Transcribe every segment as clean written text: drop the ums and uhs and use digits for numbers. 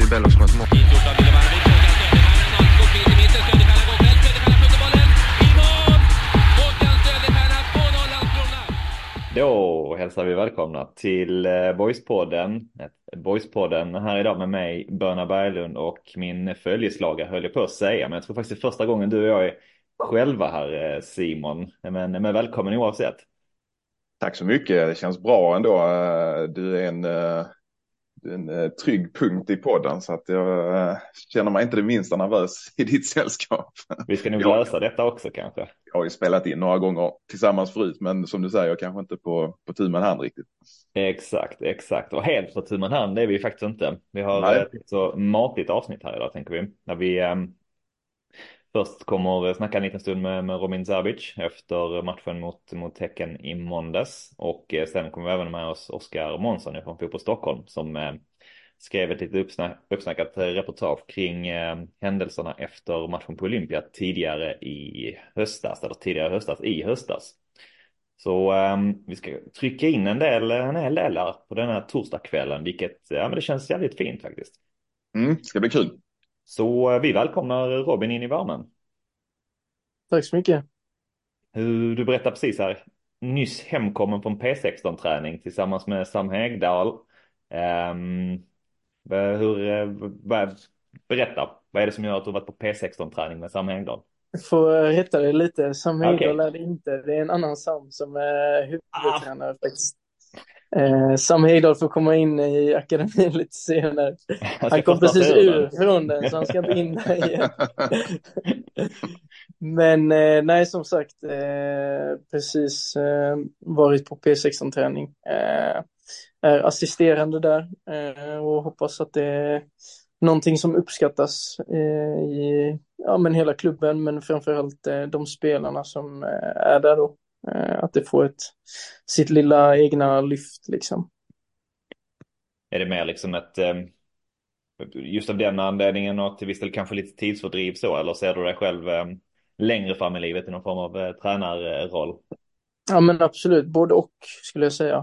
Emil Bello som har ett mål. Då hälsar vi välkomna till Boyspodden. Boyspodden här idag med mig, Börna Berglund, och min följeslagare höll jag på att säga. Men jag tror faktiskt det är första gången du och jag är själva här, Simon. Men välkommen oavsett. Tack så mycket, det känns bra ändå. Du är en trygg punkt i podden så att jag känner mig inte det minsta nervös i ditt sällskap. Vi ska nog Jag, lösa detta också kanske. jag har ju spelat in några gånger tillsammans förut, men som du säger, jag kanske inte på tu man hand riktigt. Exakt. Och helt på tu man hand det är vi faktiskt inte. Vi har Nej, ett så matigt avsnitt här idag, tänker vi. När vi först kommer snacka en liten stund med Robin Zerbic efter matchen mot Häcken i måndags. Och sen kommer vi även med oss Oskar Månsson från Fotboll Stockholm som skrev ett lite uppsnackat reportage kring händelserna efter matchen på Olympia tidigare i höstas i höstas. Så vi ska trycka in en hel del här på den här torsdagskvällen, vilket men det känns jävligt fint faktiskt. ska bli kul. Så vi välkomnar Robin in i värmen. Tack så mycket. Du berättade precis här, nyss hemkommen från P16-träning tillsammans med Sam Hegdahl. Berätta, vad är det som gör att du har varit på P16-träning med Sam Hegdahl? Jag får rätta dig lite. Sam Okej. Hegdahl är det inte. Det är en annan Sam som är huvudtränare faktiskt. Sam Hegdahl får komma in i akademin lite senare. Han kom precis från den, så han ska inte in där igen. Men nej, som sagt, precis varit på P16-träning. Är assisterande där och hoppas att det är någonting som uppskattas i men hela klubben, men framförallt de spelarna som är där då. Att det får sitt lilla egna lyft liksom. Är det mer liksom ett just av den anledningen och till viss del kanske lite tidsfördriv så, eller ser du dig själv längre fram i livet i någon form av tränarroll? Ja, men absolut, både och skulle jag säga.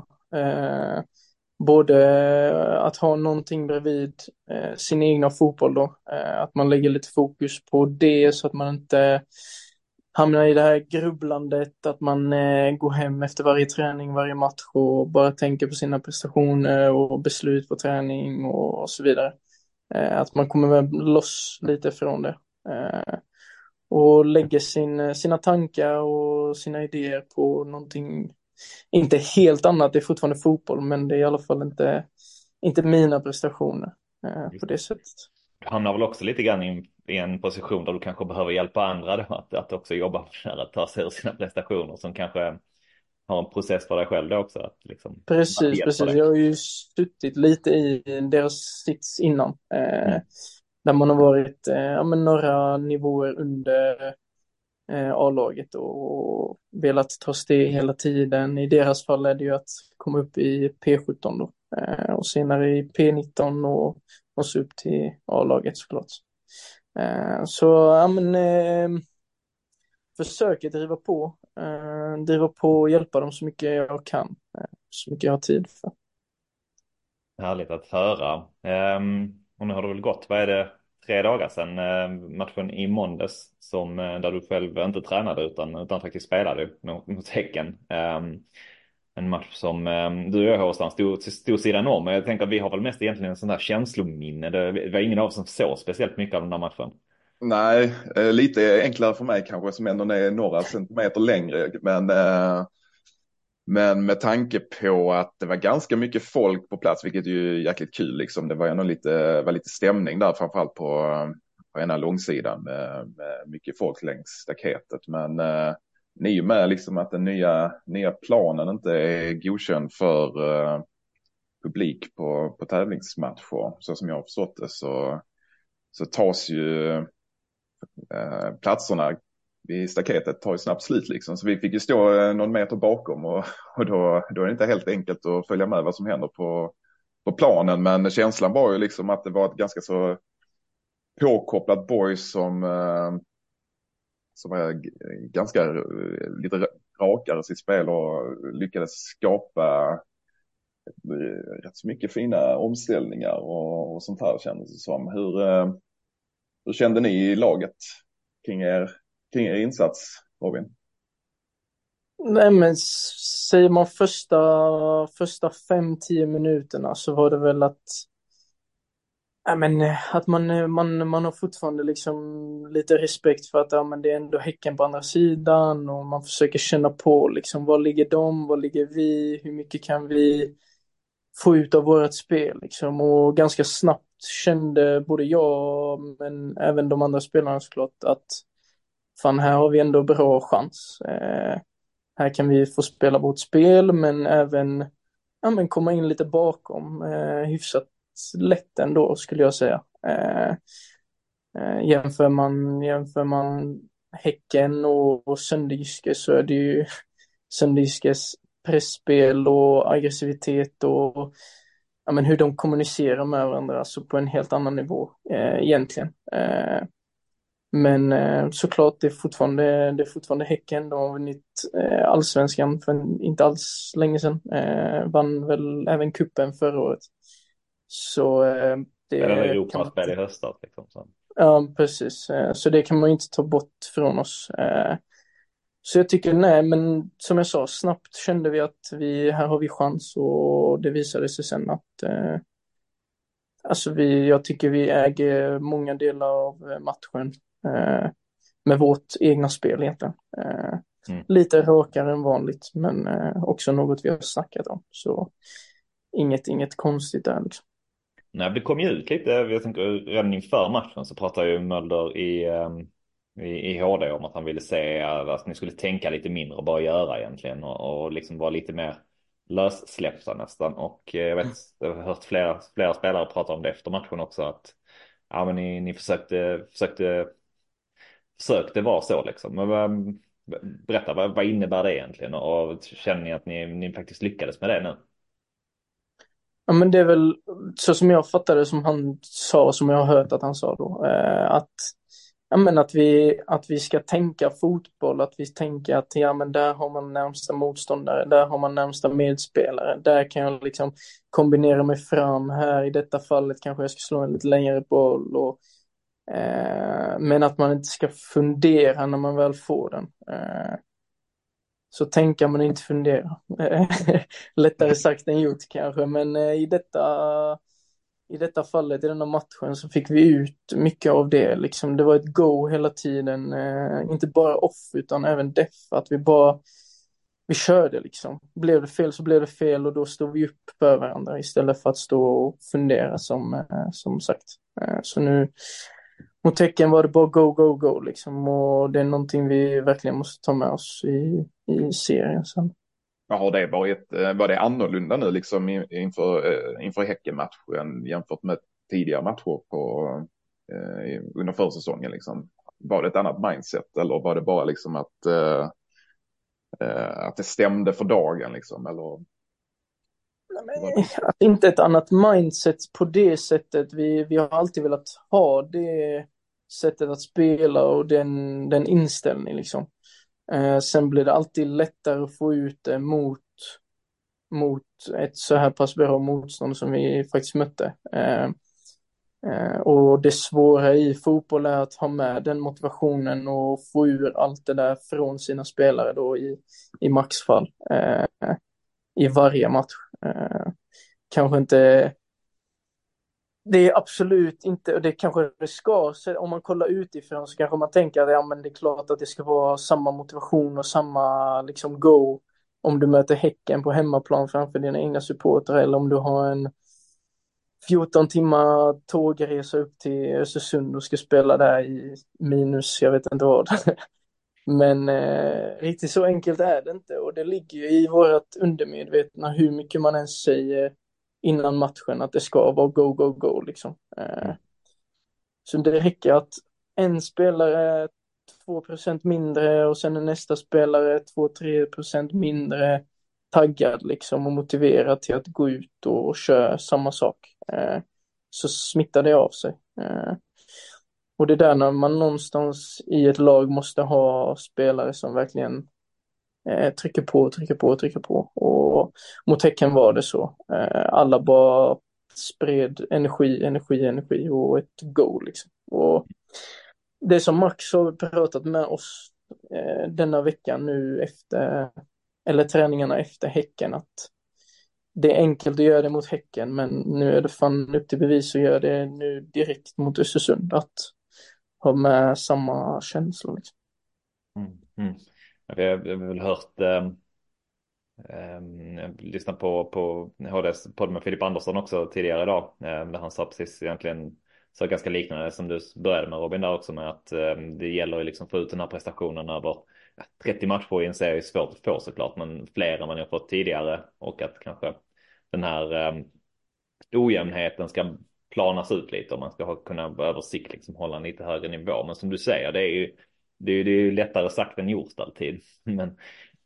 Både att ha någonting bredvid sin egna fotboll då, att man lägger lite fokus på det så att man inte hamnar i det här grubblandet, att man går hem efter varje träning, varje match och bara tänker på sina prestationer och beslut på träning och så vidare. Att man kommer väl loss lite från det och lägger sina tankar och sina idéer på någonting inte helt annat. Det är fortfarande fotboll, men det är i alla fall inte mina prestationer på det sättet. Du hamnar väl också lite grann i en position där du kanske behöver hjälpa andra då, att också jobba med det här, att ta sig ur sina prestationer som kanske har en process för dig själv då också. Att liksom Precis. Jag har ju suttit lite i deras sits innan. Där man har varit några nivåer under A-laget och velat ta steg hela tiden. I deras fall är det ju att komma upp i P17 då. Och senare i P19 och så upp till A-laget såklart. Försöker driva på och hjälpa dem så mycket jag kan, så mycket jag har tid för. Härligt att höra. Och nu har det väl gått, vad är det, 3 dagar sedan matchen i måndags där du själv inte tränade utan faktiskt spelade mot Häcken. En match som du och jag, Håstan, stod sidan om. Men jag tänker att vi har väl mest egentligen en sån där känslominne. Det var ingen av oss som såg speciellt mycket av den där matchen. Nej, lite enklare för mig kanske som ändå är några centimeter längre. Men med tanke på att det var ganska mycket folk på plats, vilket är ju jäkligt kul liksom. Det var ändå lite stämning där, framförallt på ena långsidan med mycket folk längs staketet. Men ni är ju med liksom att den nya planen inte är godkänd för publik på tävlingsmatcher. Så som jag har förstått det så tas ju platserna vid staketet tar ju snabbt slut liksom. Så vi fick ju stå någon meter bakom och då är det inte helt enkelt att följa med vad som händer på planen. Men känslan var ju liksom att det var ett ganska så påkopplat boys som var ganska lite rakare sitt spel och lyckades skapa Det är rätt så mycket fina omställningar och sånt här kändes det som. Hur kände ni i laget kring er insats, Robin? Nej, men säger man första 5-10 minuterna så var det väl att, ja, men, att man har fortfarande liksom lite respekt för att, ja, men det är ändå Häcken på andra sidan och man försöker känna på liksom, var ligger de, var ligger vi, hur mycket kan vi få ut av vårt spel liksom. Och ganska snabbt kände både jag men även de andra spelarna såklart att fan, här har vi ändå bra chans. Här kan vi få spela vårt spel men även, ja, men komma in lite bakom, hyfsat lätt ändå skulle jag säga. Jämför man Häcken och Sönderjyske så är det ju Sönderjyskes pressspel och aggressivitet och, ja, men hur de kommunicerar med varandra, alltså på en helt annan nivå egentligen. Men såklart det är fortfarande Häcken. De har vunnit allsvenskan för inte alls länge sedan. Vann väl även kuppen förra året. Så Spelade det kan man Europaspel i inte... höstas liksom. Så. Ja, precis. Så det kan man inte ta bort från oss. Så jag tycker, nej, men som jag sa, snabbt kände vi att här har vi chans och det visade sig sen att alltså jag tycker vi äger många delar av matchen med vårt egna spel egentligen. Lite rakare än vanligt, men också något vi har snackat om. Så inget konstigt där liksom. Nej, det kom ju ut lite, jag tänker redan inför matchen så pratade ju Mölder i HD om att han ville se att ni skulle tänka lite mindre och bara göra egentligen och liksom vara lite mer lössläppta nästan. Och jag har hört flera spelare prata om det efter matchen också, att ja, men ni försökte vara så liksom. Men berätta, vad innebär det egentligen och känner ni att ni faktiskt lyckades med det nu? Ja, men det är väl så som jag fattade som han sa, som jag har hört att han sa då, att ja, men att vi ska tänka fotboll, att vi tänker att ja, men där har man närmsta motståndare, där har man närmsta medspelare, där kan jag liksom kombinera mig fram, här i detta fallet kanske jag ska slå en lite längre boll och men att man inte ska fundera när man väl får den. Så tänka men inte fundera. Lättare sagt än gjort kanske, men i detta fallet, i denna matchen, så fick vi ut mycket av det. Liksom, det var ett go hela tiden. Inte bara off, utan även def. Att vi körde liksom. Blev det fel så blev det fel och då stod vi upp för varandra istället för att stå och fundera som sagt. Så nu mot Häcken var det bara go liksom. Och det är någonting vi verkligen måste ta med oss i serien sen. Har det var det annorlunda nu liksom inför Häcken-matchen jämfört med tidigare matcher under försäsongen liksom? Var det ett annat mindset eller var det bara liksom att det stämde för dagen liksom? Eller? Inte ett annat mindset på det sättet. Vi har alltid velat ha det sättet att spela och den inställningen liksom. Sen blir det alltid lättare att få ut det mot ett så här pass bra motstånd som vi faktiskt mötte. Och det svåra i fotboll är att ha med den motivationen och få ur allt det där från sina spelare då i maxfall i varje match. Kanske inte, det är absolut inte, och det kanske det ska, så om man kollar utifrån så kanske man tänker att ja, men det är klart att det ska vara samma motivation och samma liksom go om du möter Häcken på hemmaplan framför dina egna supportrar eller om du har en 14 timmar tågresa upp till Östersund och ska spela där i minus, jag vet inte vad. Men riktigt så enkelt är det inte och det ligger ju i vårt undermedvetna hur mycket man än säger innan matchen att det ska vara go liksom. Så det räcker att en spelare 2% mindre och sen är nästa spelare 2-3% mindre taggad liksom och motiverad till att gå ut och köra samma sak. Så smittar det av sig. Och det är där när man någonstans i ett lag måste ha spelare som verkligen trycker på. Och mot Häcken var det så. Alla bara spred energi och ett go liksom. Och det som Max har pratat med oss denna veckan nu efter, eller träningarna efter Häcken, att det är enkelt att göra det mot Häcken, men nu är det fan upp till bevis att göra det nu direkt mot Östersund, att ha med samma känsla liksom. Mm. Jag har väl hört lyssnat på HDs podd med Filip Andersson också tidigare idag, där han sa precis egentligen så ganska liknande som du började med, Robin, där också, med att det gäller ju liksom att få ut den här prestationen över 30 matcher i en serie är svårt att få såklart, men fler än man har fått tidigare, och att kanske den här ojämnheten ska planas ut lite, om man ska kunna över sikt liksom hålla en lite högre nivå. Men som du säger, det är ju lättare sagt än gjort alltid. Men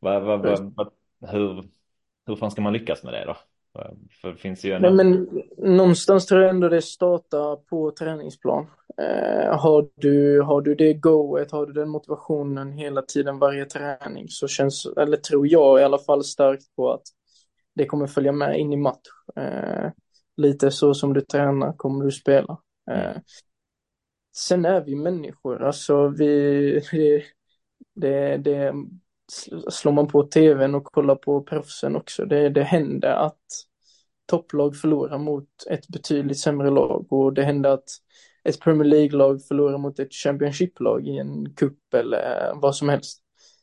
hur fan ska man lyckas med det då? För det finns ju Nej, en... men någonstans tror jag ändå det startar på träningsplan. Har du det goet, har du den motivationen hela tiden, varje träning, så känns, eller tror jag i alla fall, starkt på att det kommer följa med in i match. Lite så som du tränar kommer du spela. Sen är vi människor, alltså det slår man på tvn och kollar på proffsen också. Det händer att topplag förlorar mot ett betydligt sämre lag, och det händer att ett Premier League-lag förlorar mot ett Championship-lag i en cup eller vad som helst.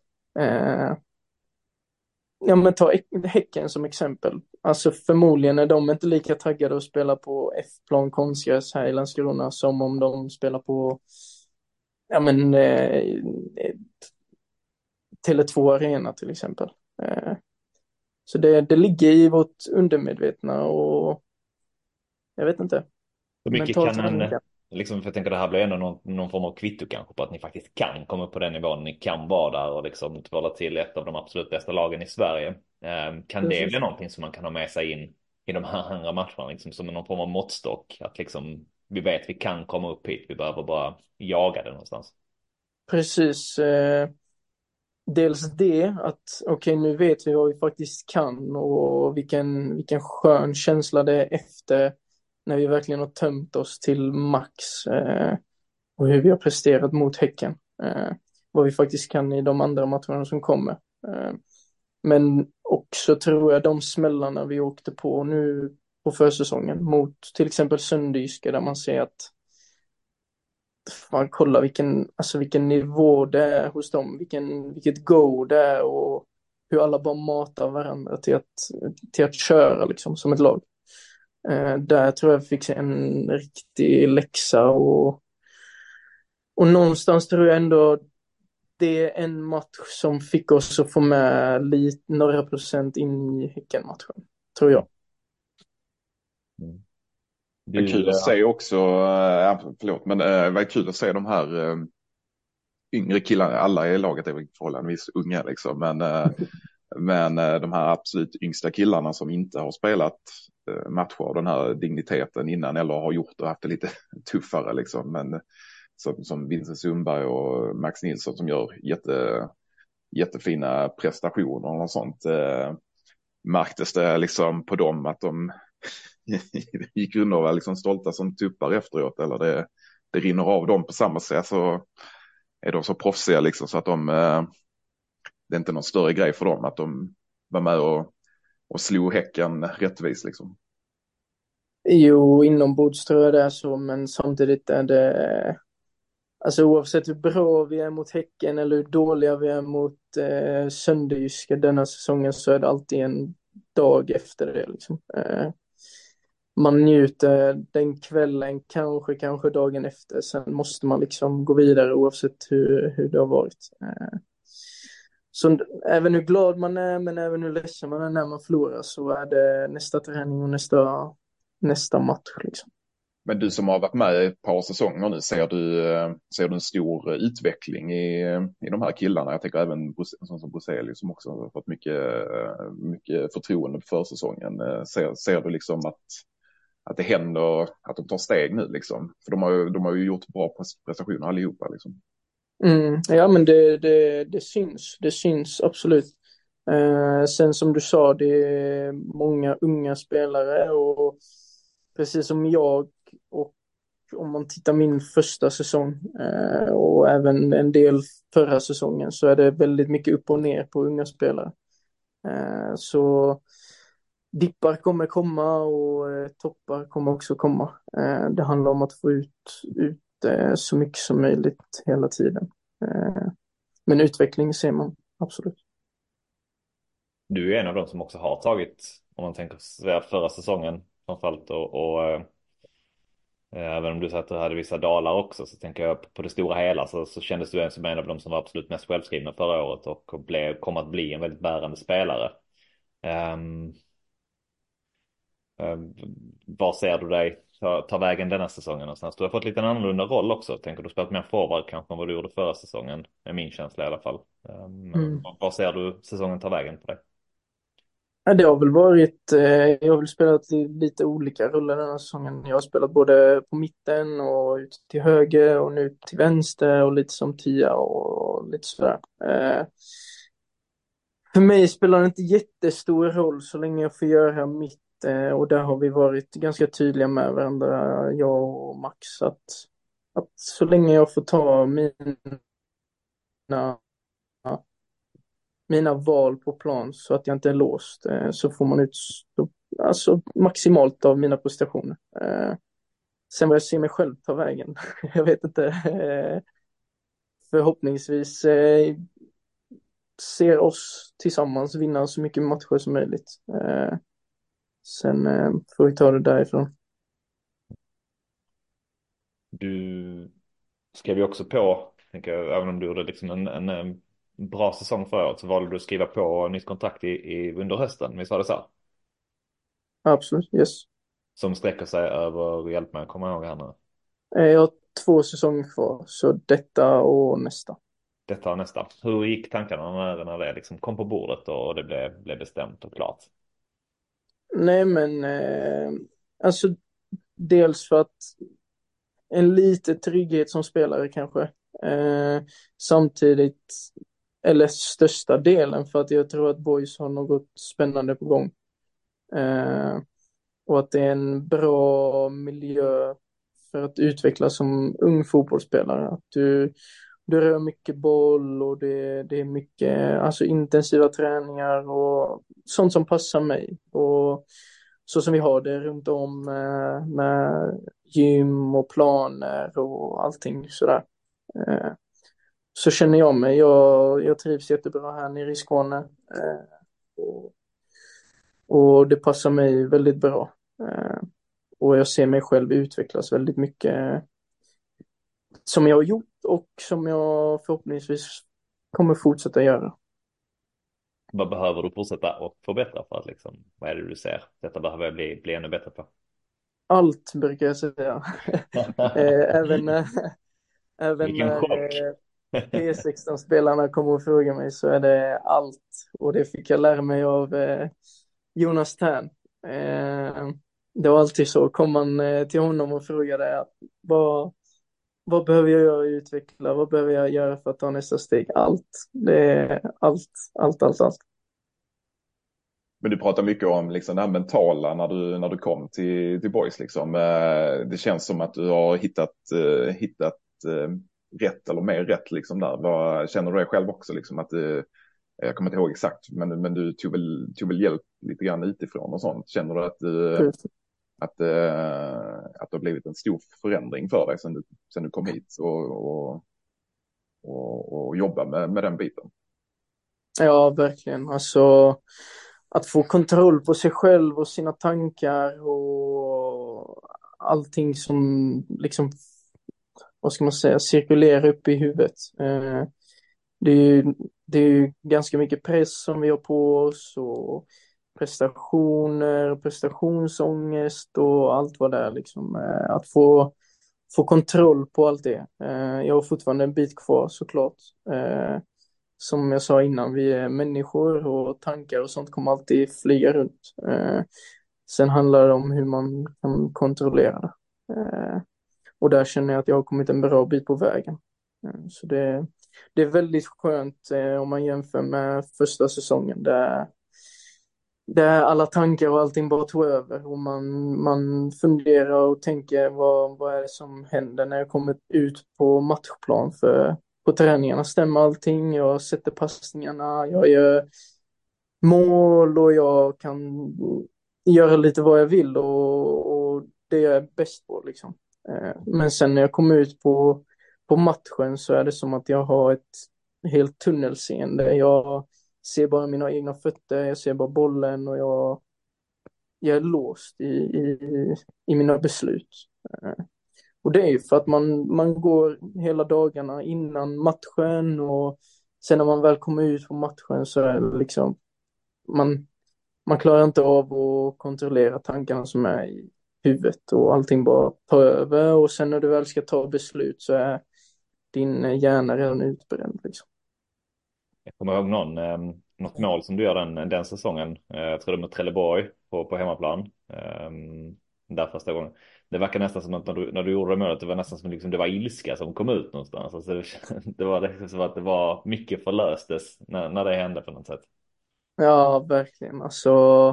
Ja, men ta Häcken som exempel. Alltså förmodligen är de inte lika taggade att spela på F-plan konstgräs här i Landskrona som om de spelar på Tele2 Arena till exempel. Så det ligger i vårt undermedvetna, och jag vet inte. Hur mycket Mental kan träning. liksom, för jag tänker det här blir ändå någon form av kvitto kanske på att ni faktiskt kan komma upp på den nivån, ni kan vara där och liksom tvåla till ett av de absolut bästa lagen i Sverige. Kan det bli någonting som man kan ha med sig in i de här andra matcherna, liksom som någon form av måttstock, att liksom vi vet vi kan komma upp hit, vi behöver bara jaga det någonstans? Precis. Dels det att okej, nu vet vi vad vi faktiskt kan, och vilken skön känsla det är efter när vi verkligen har tömt oss till max, och hur vi har presterat mot Häcken, vad vi faktiskt kan i de andra matcherna som kommer. Men också tror jag de smällarna vi åkte på nu på försäsongen mot till exempel Sönderjyske, där man ser att fan, kolla vilken nivå det är hos dem, vilket go det är, och hur alla bara matar varandra till att köra liksom som ett lag. Där tror jag fick en riktig läxa, och någonstans tror jag ändå det är en match som fick oss att få med några procent in i Häcken-matchen, tror jag. Det är kul att se också, förlåt, men det var kul att se de här yngre killarna. Alla i laget är väl förhållandevis unga liksom, men de här absolut yngsta killarna som inte har spelat matcher av den här digniteten innan, eller har gjort och haft det lite tuffare liksom, men som Vincent Sundberg och Max Nilsson som gör jättefina prestationer och något sånt, märktes det liksom på dem att de gick runt och var liksom stolta som tuppar efteråt, eller det rinner av dem på samma sätt, så är de så proffsiga liksom, så att det är inte någon större grej för dem att de var med och slog Häcken rättvis liksom. Jo, inombords tror jag det är så, men samtidigt är det, alltså oavsett hur bra vi är mot Häcken eller hur dåliga vi är mot Sönderjyske denna säsongen, så är det alltid en dag efter det liksom. Man njuter den kvällen, kanske dagen efter, sen måste man liksom gå vidare oavsett hur det har varit. Så även hur glad man är, men även hur ledsen man är när man förlorar, så är det nästa träning och nästa match liksom. Men du som har varit med i ett par säsonger nu, ser du en stor utveckling i de här killarna? Jag tänker även som Bruzelius som också har fått mycket förtroende på försäsongen. Ser du liksom att det händer, att de tar steg nu liksom? För de har ju gjort bra prestationer allihopa liksom. Ja, men det syns absolut. Sen som du sa, det är många unga spelare och precis som jag och om man tittar min första säsong och även en del förra säsongen så är det väldigt mycket upp och ner på unga spelare. Så dippar kommer komma och toppar kommer också komma. Det handlar om att få ut så mycket som möjligt hela tiden. Men utveckling ser man absolut. Du är en av dem som också har tagit, om man tänker sig förra säsongen framförallt och även om du sa att du hade vissa dalar också, så tänker jag på det stora hela så kändes du som en av dem som var absolut mest självskrivna förra året och kom att bli en väldigt bärande spelare. Um, Var ser du dig ta vägen denna säsongen någonstans? Du har fått lite en annorlunda roll också. Tänker du spelat mer forward kanske än vad du gjorde förra säsongen, är min känsla i alla fall. Var ser du säsongen ta vägen på dig? Ja, det har väl varit, jag har väl spelat i lite olika roller den här säsongen. Jag har spelat både på mitten och ut till höger och nu till vänster och lite som tia och lite sådär. För mig spelar det inte jättestor roll så länge jag får göra mitt och där har vi varit ganska tydliga med varandra, jag och Max, att så länge jag får ta mina val på plan så att jag inte är låst så får man ut alltså maximalt av mina prestationer. Sen vad jag ser mig själv ta vägen, jag vet inte. Förhoppningsvis ser oss tillsammans vinna så mycket matcher som möjligt. Sen får vi ta det därifrån. Du skrev ju också på, tänker jag, även om du gjorde liksom en bra säsong förra året, så valde du att skriva på nytt kontrakt under hösten, visst var det så? Absolut, yes. Som sträcker sig över, hjälp mig att komma ihåg här nu. Jag har 2 säsonger kvar, så detta och nästa. Detta och nästa. Hur gick tankarna när det liksom kom på bordet och det blev bestämt och klart? Nej, men alltså dels för att en lite trygghet som spelare kanske. Samtidigt, eller största delen för att jag tror att Boys har något spännande på gång. Och att det är en bra miljö för att utvecklas som ung fotbollsspelare. Att du rör mycket boll och det är mycket alltså intensiva träningar och sånt som passar mig. Och så som vi har det runt om med gym och planer och allting sådär. Så känner jag mig. Jag trivs jättebra här nere i Skåne. Och det passar mig väldigt bra. Och jag ser mig själv utvecklas väldigt mycket som jag har gjort och som jag förhoppningsvis kommer fortsätta göra. Vad behöver du fortsätta och förbättra för att liksom, vad är det du ser? Detta behöver jag bli ännu bättre på. Allt brukar jag säga. Även Vilken när chock. P16-spelarna kommer och frågar mig så är det allt. Och det fick jag lära mig av Jonas Tern. Det var alltid så. Kom man till honom och frågade att vad behöver jag göra i utveckla? Vad behöver jag göra för att ta nästa steg? Allt. Det är allt. Men du pratar mycket om liksom det här mentala när du kom till Boys. Liksom. Det känns som att du har hittat rätt eller mer rätt liksom där. Känner du dig själv också liksom att jag kommer inte ihåg exakt, men du tog väl hjälp lite grann utifrån och sånt. Känner du att det har blivit en stor förändring för dig sen du kom hit och jobba med den biten? Ja, verkligen. Alltså att få kontroll på sig själv och sina tankar och allting som liksom, vad ska man säga, cirkulerar upp i huvudet. Det är ju ganska mycket press som vi har på oss och prestationer, prestationsångest och allt vad det är liksom. Att få kontroll på allt det. Jag har fortfarande en bit kvar såklart. Som jag sa innan, vi är människor och tankar och sånt kommer alltid flyga runt. Sen handlar det om hur man kan kontrollera det. Och där känner jag att jag har kommit en bra bit på vägen. Så det det är väldigt skönt om man jämför med första säsongen där alla tankar och allting bara tog över och man funderar och tänker vad är det som händer när jag kommer ut på matchplan, för på träningarna stämmer allting, jag sätter passningarna, jag gör mål och jag kan göra lite vad jag vill och det jag är bäst på liksom. Men sen när jag kommer ut på matchen så är det som att jag har ett helt tunnelseende. Jag ser bara mina egna fötter, jag ser bara bollen och jag är låst i mina beslut. Och det är ju för att man går hela dagarna innan matchen och sen när man väl kommer ut på matchen så är det liksom man klarar inte av att kontrollera tankarna som är i huvudet och allting bara tar över och sen när du väl ska ta beslut så är din hjärna redan utbränd liksom. Jag kommer ihåg något mål som du gör den säsongen. Jag tror det med Trelleborg på hemmaplan. Där första gången. Det verkar nästan som att när du gjorde det målet, det var nästan som liksom det var ilska som kom ut någonstans. Alltså det var liksom som att det var mycket förlöstes när det hände på något sätt. Ja, verkligen. Alltså,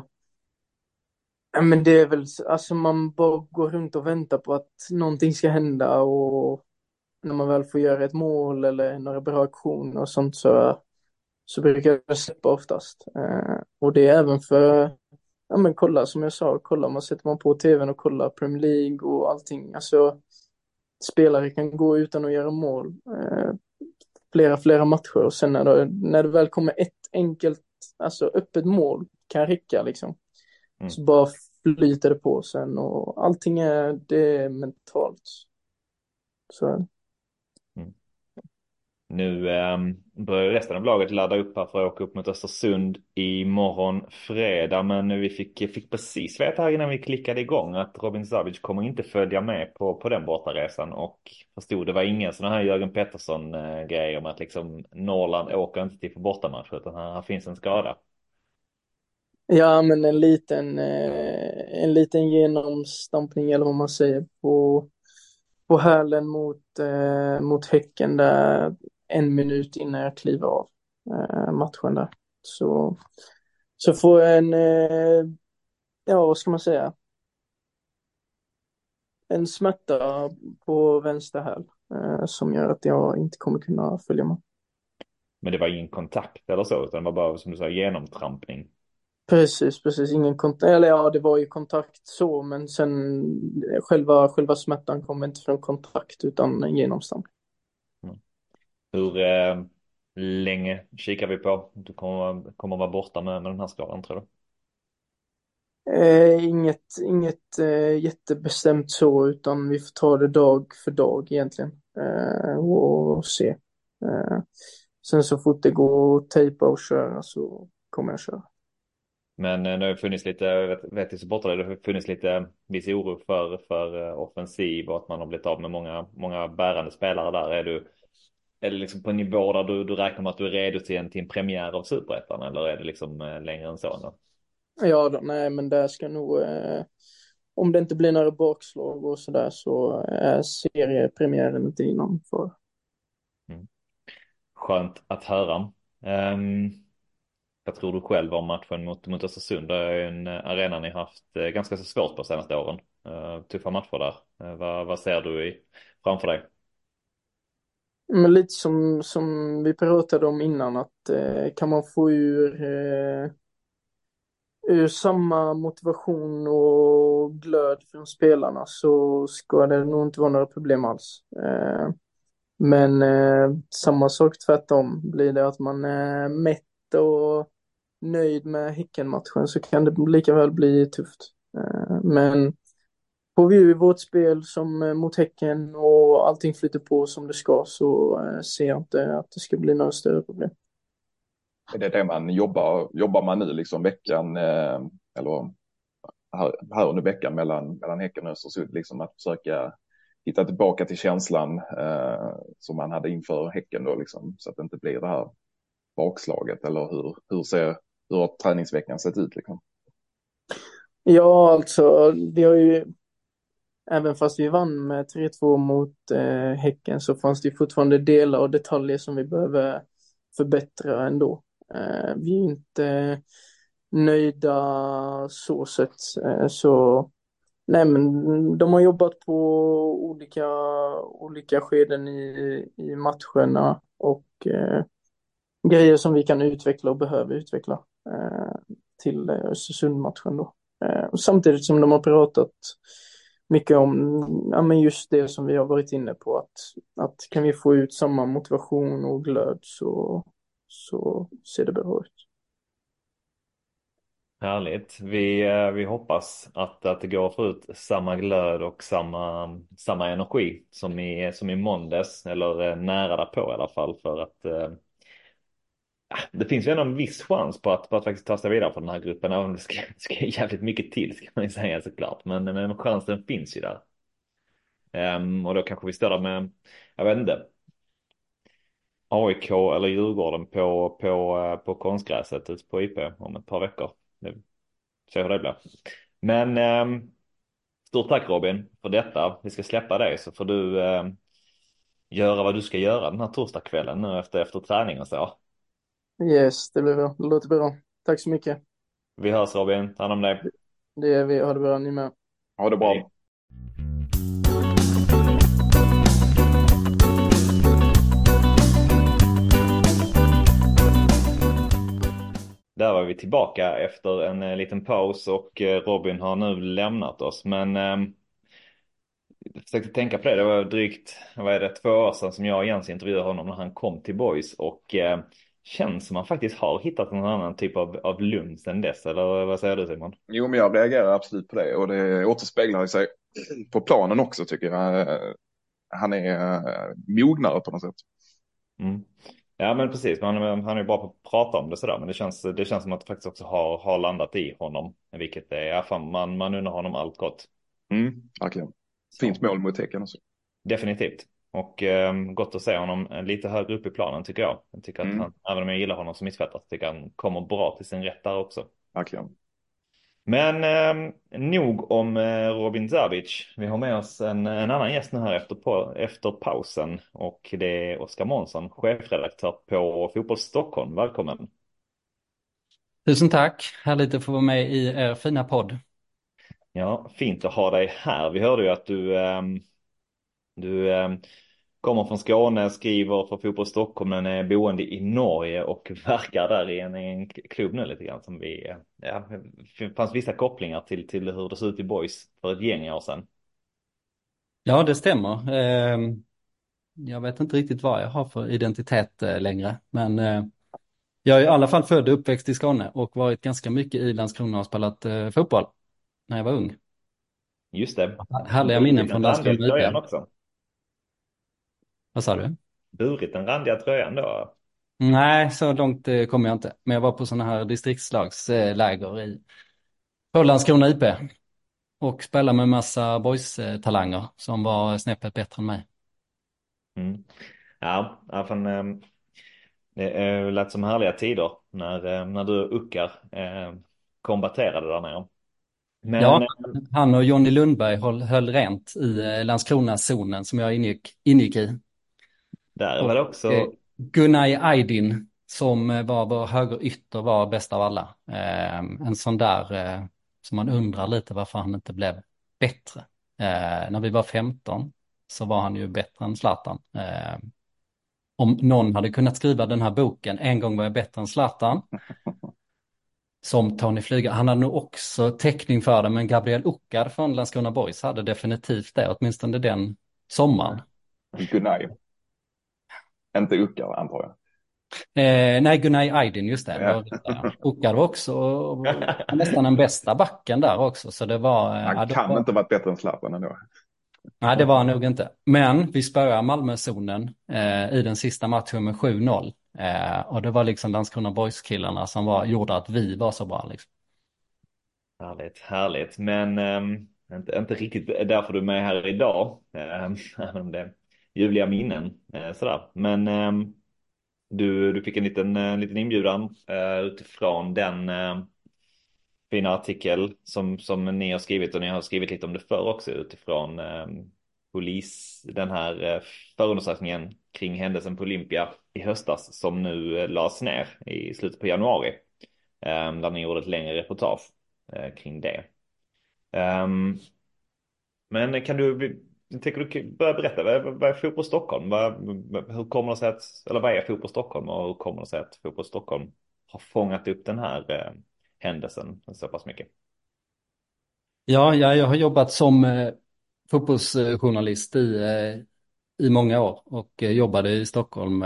ja, men det är väl, alltså man bara går runt och väntar på att någonting ska hända och när man väl får göra ett mål eller några bra aktioner och sånt så brukar jag släppa oftast. Och det är även för, ja men kolla som jag sa, sätter man på tvn och kollar Premier League och allting. Alltså spelare kan gå utan att göra mål flera matcher och sen när det väl kommer ett enkelt, alltså öppet mål kan räcka liksom. Så bara flyter det på sen och allting det är mentalt. Så. Nu börjar resten av laget ladda upp här för att åka upp mot Östersund imorgon fredag. Men vi fick precis veta här innan vi klickade igång att Robin Savic kommer inte följa med på den bortaresan. Och förstod det var ingen sån här Jörgen Pettersson-grej om att liksom Norrland åker inte till för bortamatch utan här finns en skada. Ja, men en liten genomstampning eller vad man säger på hälen mot Häcken där 1 minut innan jag kliver av matchen där. Så får jag ja vad ska man säga, en smärta på vänster häl som gör att jag inte kommer kunna följa med. Men det var ingen kontakt eller så utan det var bara som du sa genomtrampning. Precis, ingen kontakt, eller ja det var ju kontakt så men sen själva smärtan kom inte från kontakt utan en genomstampning. Hur länge kikar vi på? Du kommer vara borta med den här skadan tror du? Inget jättebestämt så utan vi får ta det dag för dag egentligen och se. Sen så fort det går att tejpa och köra så kommer jag köra. Men det har funnits lite, jag vet i supportrar, det har funnits lite viss oro för offensiv och att man har blivit av med många bärande spelare där. Är det liksom på en nivå där du räknar med att du är redo till en premiär av Superettan eller är det liksom längre än så? Då? Ja då, nej men det ska nog om det inte blir några bakslag och sådär så är seriepremiären inte inom för. Skönt att höra. Jag tror du själv om matchen mot Östersund? Det är en arena ni haft ganska så svårt på senaste åren. Tuffa matcher där. Vad ser du framför dig? Men lite som vi pratade om innan att kan man få ur samma motivation och glöd från spelarna så ska det nog inte vara några problem alls. Men samma sak tvärtom, blir det att man är mätt och nöjd med Häckenmatchen så kan det lika väl bli tufft. Men får vi ju vårt spel som mot Häcken och allting flyter på som det ska så ser jag inte att det ska bli några större problem. Är det man jobbar man nu liksom veckan eller här under veckan mellan Häcken och Östersund liksom att försöka hitta tillbaka till känslan som man hade inför Häcken då liksom så att det inte blir det här bakslaget eller hur har träningsveckan sett ut liksom? Ja, alltså vi har ju även fast vi vann med 3-2 mot Häcken så fanns det fortfarande delar och detaljer som vi behöver förbättra ändå. Vi är inte nöjda så sett. Så nej, men de har jobbat på olika skeden i matcherna och grejer som vi kan utveckla och behöver utveckla till Östersund-matchen då. Och samtidigt som de har pratat mycket om ja, men just det som vi har varit inne på, att kan vi få ut samma motivation och glöd så ser det bra ut. Härligt. Vi hoppas att det går att få ut samma glöd och samma energi som i måndags, eller nära därpå i alla fall, för att det finns ju ändå en viss chans på att faktiskt ta sig vidare på den här gruppen, även om det ska jävligt mycket till, ska man ju säga såklart. Men chansen finns ju där. Och då kanske vi står där med, jag vet inte, AIK eller Djurgården på konstgräset ute på IP om ett par veckor. Se hur det blir. Men stort tack Robin för detta. Vi ska släppa dig så får du göra vad du ska göra den här torsdagskvällen nu efter träning och så. Yes, det blir bra. Det låter bra. Tack så mycket. Vi hörs Robin. Ta hand om dig. Det är vi. Ha det bra, ni med. Ha det bra. Hej. Där var vi tillbaka efter en liten paus och Robin har nu lämnat oss. Men jag försökte tänka på det. Det var drygt, vad är det, 2 år sedan som jag egentligen intervjuade honom när han kom till Boys. Och känns som han faktiskt har hittat någon annan typ av lugn sedan dess. Eller vad säger du Simon? Jo, men jag reagerar absolut på det och det återspeglar sig på planen också tycker jag. Han är mognare på något sätt. Mm. Ja men precis, han är ju bra på att prata om det sådär. Men det känns som att det faktiskt också har landat i honom. Vilket är, ja, fan, man undrar honom allt gott. Verkligen. Så. Fint mål mot Häcken också. Definitivt. Och gott att se honom lite högre upp i planen tycker jag. Jag tycker att han, även om jag gillar honom som mittfältare, tycker han kommer bra till sin rätt där också. Verkligen. Men nog om Robin Zabic. Vi har med oss en annan gäst nu här efter pausen. Och det är Oskar Månsson, chefredaktör på Fotboll Stockholm. Välkommen. Tusen tack, härligt att få vara med i er fina podd. Ja, fint att ha dig här. Vi hörde ju att du kommer från Skåne, skriver för Fotboll Stockholm, men är boende i Norge och verkar där i en klubb nu lite grann som det fanns vissa kopplingar till hur det såg ut i Boys för ett gäng år sedan. Ja, det stämmer. Jag vet inte riktigt vad jag har för identitet längre, men jag är i alla fall född och uppväxt i Skåne och varit ganska mycket i Landskrona och spelat fotboll när jag var ung. Just det. Härliga minnen från Landskrona tröjan IP. också. Vad sa du? Burit den randiga tröjan då? Nej, så långt kom jag inte. Men jag var på sådana här distriktslagsläger på Landskrona IP och spelade med massa boys-talanger som var snäppet bättre än mig. Mm. Ja, fan, det lät som härliga tider när du och Uckar kombatterade där nere. Men Ja, han och Johnny Lundberg höll rent i Landskrona-zonen som jag ingick i. där var Och det också... Gunnar Aydin som var vår högerytter var bäst av alla. En sån där som man undrar lite varför han inte blev bättre. När vi var 15 så var han ju bättre än Zlatan. Om någon hade kunnat skriva den här boken, En gång var jag bättre än Zlatan, som Tony Flyga. Han hade nog också täckning för det, men Gabriel Uckar från Landskrona Boys hade definitivt det, åtminstone den sommaren. Gunnar. Inte Uckar antar jag. Nej, Gunnar Aydin, just det. Ja. Uckar var också nästan den bästa backen där också. Så det var... Han kan inte varit bättre än Zlatan ändå. Nej, det var han nog inte. Men vi spöade Malmözonen i den sista matchen med 7-0. Och det var liksom Landskrona Boys-killarna som gjorde att vi var så bra. Liksom. Härligt. Men inte riktigt därför du är med här idag. Även om det är ljuvliga minnen. Sådär. Men du fick en liten inbjudan utifrån den fina artikel som ni har skrivit, och ni har skrivit lite om det förr också utifrån den här förundersökningen kring händelsen på Olympia i höstas som nu lades ner i slutet på januari. Där ni gjorde ett längre reportage kring det. Men tänker du börja berätta, vad är Fotboll Stockholm? Hur kommer det sig eller vad är Fotboll Stockholm, och hur kommer det sig att Fotboll Stockholm har fångat upp den här händelsen så pass mycket? Ja, jag har jobbat som fotbollsjournalist i många år och jobbade i Stockholm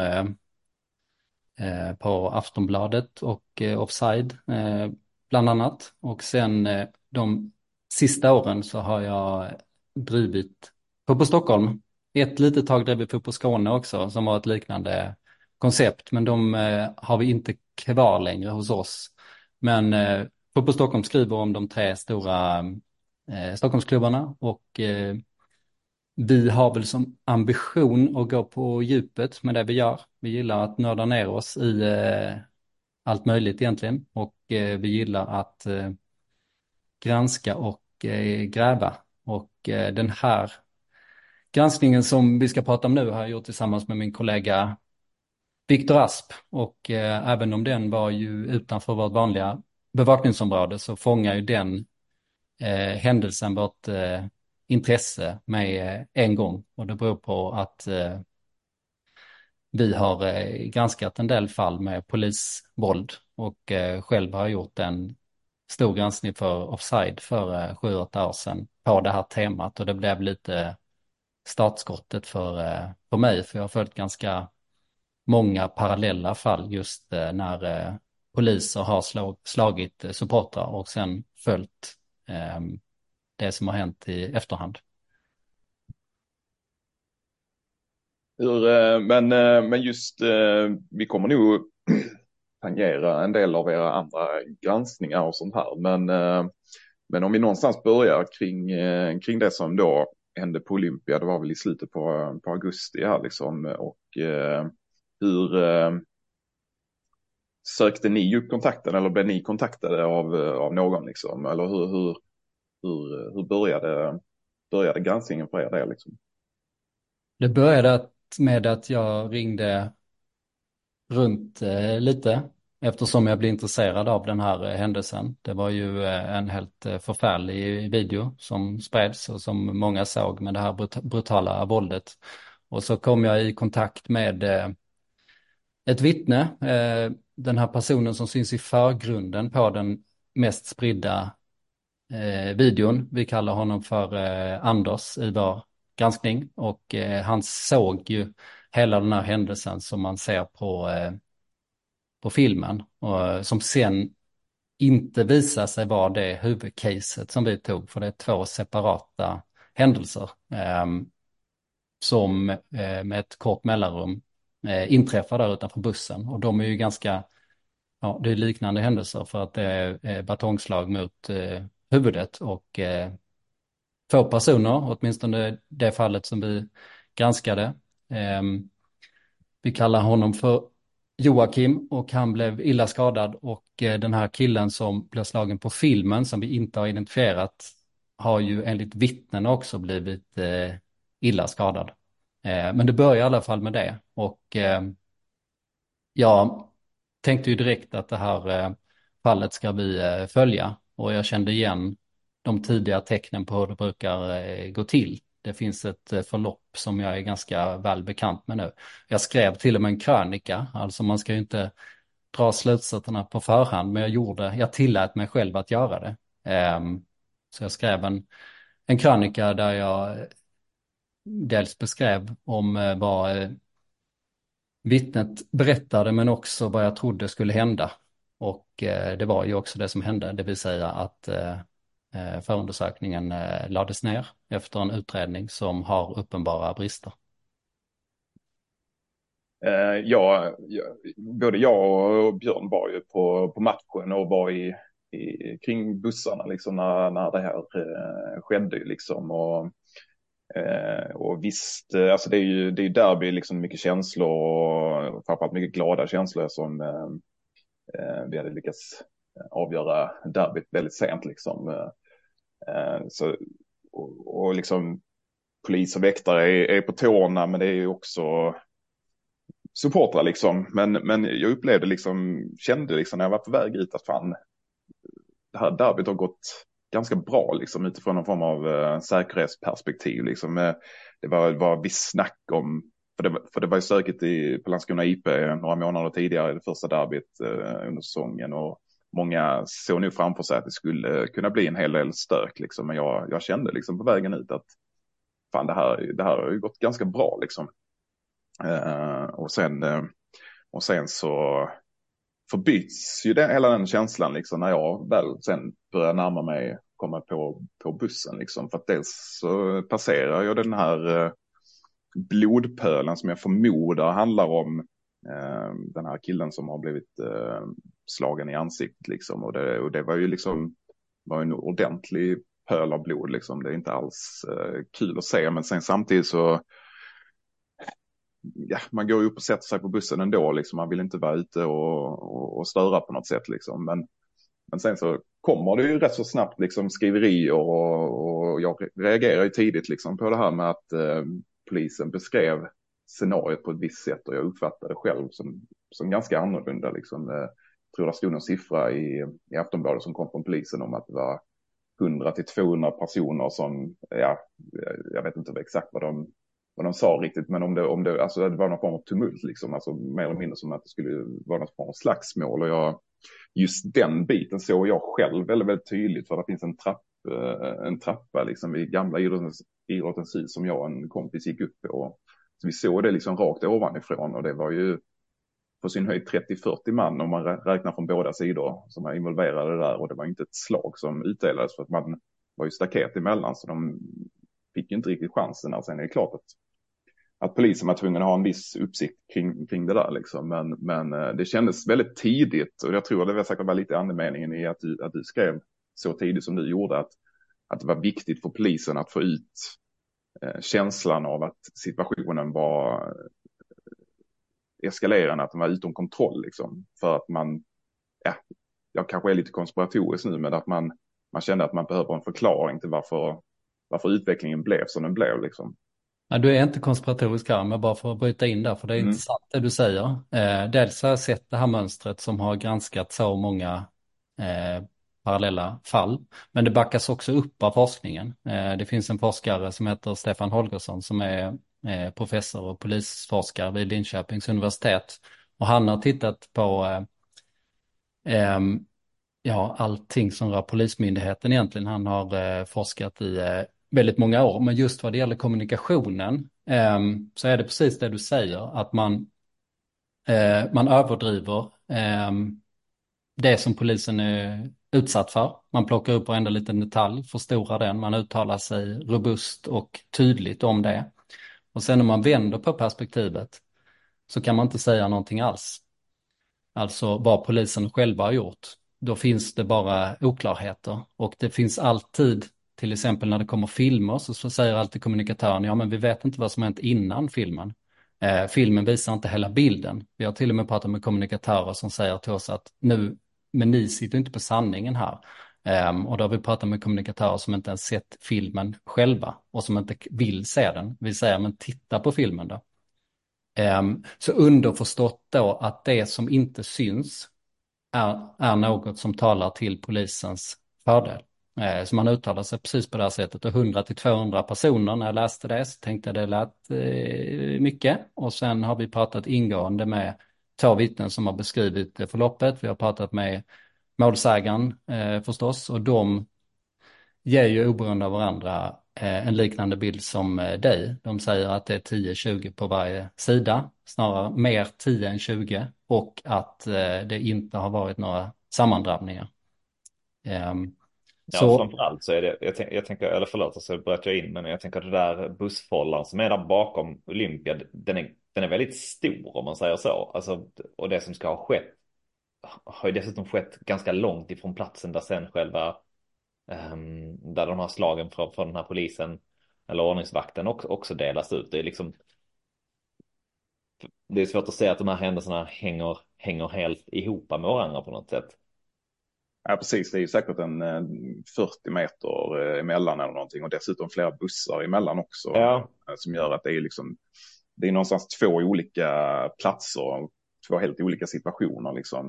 på Aftonbladet och Offside bland annat. Och sen de sista åren så har jag drivit Fotboll Stockholm. Ett litet tag drev vi Fotboll Skåne också som var ett liknande koncept, men de har vi inte kvar längre hos oss. Men Fotboll Stockholm skriver om de 3 stora Stockholmsklubbarna, och vi har väl som ambition att gå på djupet med det vi gör. Vi gillar att nörda ner oss i allt möjligt egentligen, och vi gillar att granska och gräva. Och den här granskningen som vi ska prata om nu har jag gjort tillsammans med min kollega Viktor Asp, och även om den var ju utanför vårt vanliga bevakningsområde så fångar ju den händelsen vårt intresse med en gång, och det beror på att vi har granskat en del fall med polisvåld, och själv har jag gjort en stor granskning för Offside för 7-8 år sedan på det här temat, och det blev lite startskottet för mig, för jag har följt ganska många parallella fall just när poliser har slagit supportrar och sen följt det som har hänt i efterhand. Men just vi kommer nog tangera en del av era andra granskningar och sånt här. Men om vi någonstans börjar kring det som då hände på Olympia, det var väl i slutet på augusti här liksom. Och hur sökte ni upp kontakten, eller blev ni kontaktade av någon liksom? Eller hur började granskningen för er del liksom? Det började med att jag ringde runt lite eftersom jag blev intresserad av den här händelsen. Det var ju en helt förfärlig video som spreds och som många såg med det här brutala våldet. Och så kom jag i kontakt med ett vittne, den här personen som syns i förgrunden på den mest spridda videon. Vi kallar honom för Anders i vår granskning, och han såg ju hela den här händelsen som man ser på filmen, och som sen inte visar sig vara det huvudcaset som vi tog, för det är 2 separata händelser som med ett kort mellanrum inträffar där utanför bussen, och de är ju ganska, ja, det är liknande händelser för att det är batongslag mot huvudet, och 2 personer, åtminstone det fallet som vi granskade. Vi kallar honom för Joakim, och han blev illa skadad, och den här killen som blev slagen på filmen som vi inte har identifierat har ju enligt vittnen också blivit illa skadad. Men det börjar i alla fall med det, och jag tänkte ju direkt att det här fallet ska vi följa, och jag kände igen de tidiga tecknen på hur det brukar gå till. Det finns ett förlopp som jag är ganska väl bekant med nu. Jag skrev till och med en krönika, alltså man ska ju inte dra slutsatserna på förhand, men jag tillät mig själv att göra det. Så jag skrev en krönika där jag dels beskrev om vad vittnet berättade, men också vad jag trodde skulle hända. Och det var ju också det som hände, det vill säga att förundersökningen lades ner efter en utredning som har uppenbara brister. Både jag och Björn var ju på matchen och var kring bussarna liksom när det här skedde liksom, och visst, alltså det är derby liksom, mycket känslor och framförallt mycket glada känslor som vi hade lyckats avgöra derbyt väldigt sent liksom. Så, och liksom polis och väktare är på tårna, men det är ju också supportrar liksom. Men jag upplevde liksom, kände liksom när jag var på väg ut att fan, det här derbyt har gått ganska bra liksom utifrån någon form av säkerhetsperspektiv liksom. Det var viss snack om, för det var ju stökigt på Landskrona IP några månader tidigare i det första derbyt under säsongen, och många såg nu framför sig att det skulle kunna bli en hel del stök liksom. Men jag kände liksom på vägen ut att fan, det här har ju gått ganska bra liksom. Och sen så förbyts ju hela den känslan liksom när jag väl sen börjar närma mig, komma på bussen liksom. För att dels så passerar jag den här blodpölen som jag förmodar handlar om den här killen som har blivit slagen i ansiktet liksom. Och det var ju liksom, var en ordentlig pöl av blod liksom. Det är inte alls kul att se, men sen samtidigt så, ja, man går ju upp och sätter sig på bussen ändå liksom. Man vill inte vara ute och störa på något sätt liksom. Men sen så kommer det ju rätt så snabbt liksom skriverier, och jag reagerar ju tidigt liksom på det här med att polisen beskrev scenariot på ett visst sätt, och jag uppfattade det själv som ganska annorlunda liksom. Jag tror det stod en siffra i Aftonbladet som kom från polisen om att det var 100 till 200 personer som, ja, jag vet inte exakt vad de sa riktigt, men om det, alltså det var någon form av tumult liksom, alltså mer eller mindre som att det skulle vara någon form av slagsmål. Och just den biten såg jag själv väldigt, väldigt tydligt, för det finns en trappa liksom i gamla idrottens hus som jag och en kompis gick upp på. Så vi såg det liksom rakt ovanifrån, och det var ju på sin höjd 30-40 man om man räknar från båda sidor som var involverade där, och det var inte ett slag som utdelades för att man var ju staket emellan, så de fick ju inte riktigt chansen. Sen är det klart att polisen var tvungen att ha en viss uppsikt kring det där liksom. Men det kändes väldigt tidigt, och jag tror det var säkert lite andemeningen i att du skrev så tidigt som du gjorde, att det var viktigt för polisen att få ut känslan av att situationen var eskalerande, att den var utom kontroll liksom. För att man, ja, jag kanske är lite konspiratorisk nu, men att man kände att man behöver en förklaring till varför utvecklingen blev som den blev liksom. Nej, du är inte konspiratorisk här, men bara för att bryta in där, för det är intressant det du säger. Dels har jag sett det här mönstret som har granskat så många parallella fall, men det backas också upp av forskningen. Det finns en forskare som heter Stefan Holgersson som är professor och polisforskare vid Linköpings universitet, och han har tittat på allting som rör polismyndigheten egentligen. Han har forskat i väldigt många år, men just vad det gäller kommunikationen så är det precis det du säger, att man överdriver det som polisen är utsatt för. Man plockar upp varenda liten detalj, förstorar den, man uttalar sig robust och tydligt om det. Och sen när man vänder på perspektivet så kan man inte säga någonting alls. Alltså vad polisen själva har gjort. Då finns det bara oklarheter. Och det finns alltid, till exempel när det kommer filmer, så säger alltid kommunikatören, ja men vi vet inte vad som hänt innan filmen. Filmen visar inte hela bilden. Vi har till och med pratat med kommunikatörer som säger till oss att men ni sitter inte på sanningen här. Och då har vi pratat med kommunikatörer som inte ens sett filmen själva och som inte vill se den. Vi säger, men titta på filmen då. Så underförstått då att det som inte syns är något som talar till polisens fördel. Så man uttalar sig precis på det här sättet. Och 100 till 200 personer, när jag läste det så tänkte jag det lät mycket. Och sen har vi pratat ingående med 2 vittnen som har beskrivit förloppet. Vi har pratat med målsägaren förstås, och de ger ju oberoende av varandra en liknande bild som dig. De säger att det är 10-20 på varje sida, snarare mer 10 än 20, och att det inte har varit några sammandrabbningar. Ja, framförallt så är det, jag tänker, eller förlåt, så bröt jag in, men jag tänker att det där bussfållan som är där bakom Olympia, den är väldigt stor om man säger så. Alltså, och det som ska ha skett har ju dessutom skett ganska långt ifrån platsen där sen själva där de här slagen från den här polisen eller ordningsvakten också delas ut. Det är liksom, det är svårt att säga att de här händelserna hänger helt ihop med varandra på något sätt. Ja, precis. Det är ju säkert en 40 meter emellan eller någonting, och dessutom flera bussar emellan också, Ja. som gör att det är liksom, det är någonstans två olika platser, två helt olika situationer liksom.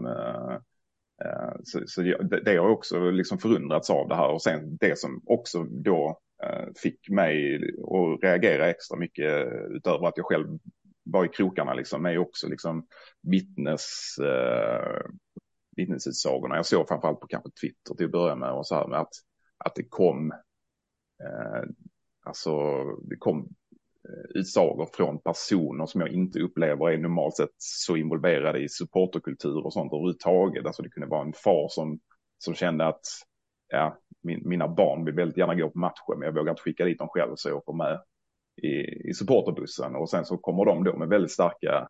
Så det har också liksom förundrats av det här. Och sen det som också då fick mig att reagera extra mycket, utöver att jag själv var i krokarna liksom, är också liksom vittnesutsagorna. Jag såg framförallt på kanske Twitter till att börja med, och så här med att det kom det kom utsagor från personer som jag inte upplever är normalt sett så involverade i supporterkultur och sånt överhuvudtaget. Alltså det kunde vara en far som kände att mina barn vill väldigt gärna gå på matchen, men jag vågar inte skicka dit dem själv, så jag åker med i supporterbussen. Och sen så kommer de då med väldigt starka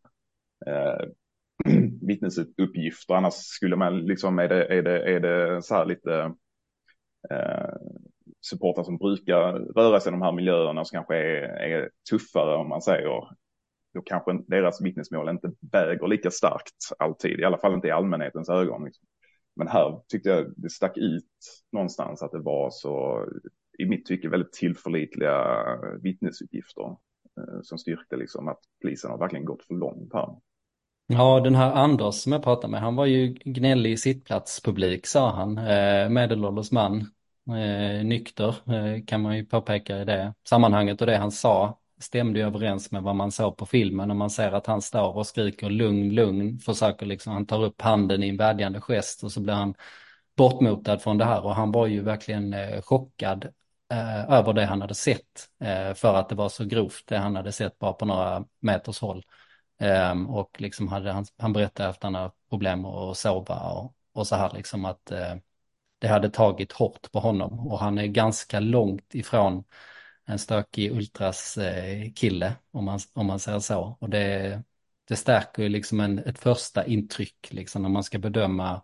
vittnesuppgifter. Annars skulle man liksom, är det så här lite supportrar som brukar röra sig i de här miljöerna, som kanske är tuffare, om man säger, då kanske deras vittnesmål inte väger lika starkt alltid, i alla fall inte i allmänhetens ögon liksom. Men här tyckte jag det stack ut någonstans att det var så, i mitt tycke, väldigt tillförlitliga vittnesuppgifter som styrkte liksom att polisen har verkligen gått för långt här. Ja, den här Anders som jag pratade med, han var ju gnällig i sittplatspublik, sa han. Medelålders man, nykter, kan man ju påpeka i det sammanhanget. Och det han sa stämde ju överens med vad man såg på filmen. När man ser att han står och skriker lugn, lugn, försöker liksom, han tar upp handen i en vädjande gest, och så blir han bortmotad från det här. Och han var ju verkligen chockad över det han hade sett, för att det var så grovt, det han hade sett bara på några meters håll. Och liksom han berättade att han hade problem att sova och så här liksom, att det hade tagit hårt på honom, och han är ganska långt ifrån en stökig ultras kille, om man säger så. Och det stärker ju liksom ett första intryck liksom, när man ska bedöma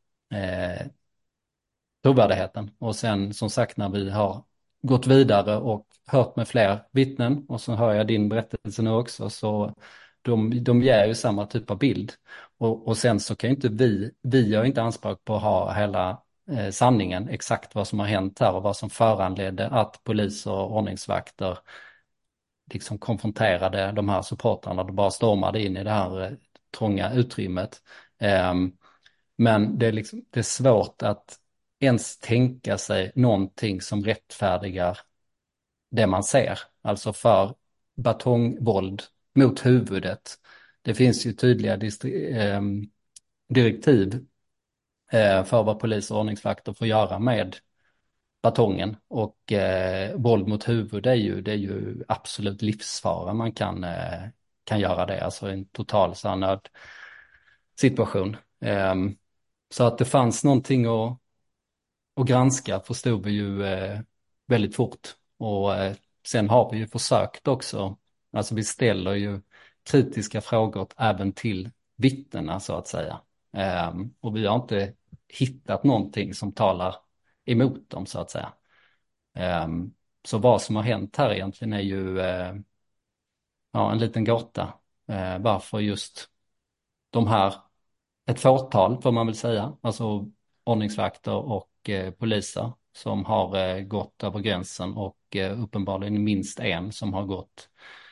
trovärdigheten. Och sen som sagt, när vi har gått vidare och hört med fler vittnen, och så hör jag din berättelse nu också, så de ger ju samma typ av bild. Och sen så kan ju inte vi gör inte anspråk på att ha hela sanningen, exakt vad som har hänt här och vad som föranledde att polis och ordningsvakter liksom konfronterade de här supportrarna och bara stormade in i det här trånga utrymmet. Men det är svårt att ens tänka sig någonting som rättfärdigar det man ser. Alltså för batongvåld mot huvudet. Det finns ju tydliga direktiv för vad polis och ordningsvakter får göra med batongen. Och våld mot huvud det är ju absolut livsfara. Man kan göra det, alltså en total så här nödsituation. Så att det fanns någonting att granska förstod vi ju väldigt fort. Och sen har vi ju försökt också, alltså vi ställer ju kritiska frågor även till vittnena så att säga. Och vi har inte hittat någonting som talar emot dem så att säga. Så vad som har hänt här egentligen är ju en liten gåta. Varför just de här, ett fåtal får man väl säga, alltså ordningsvakter och poliser som har gått över gränsen, och uppenbarligen minst en som har gått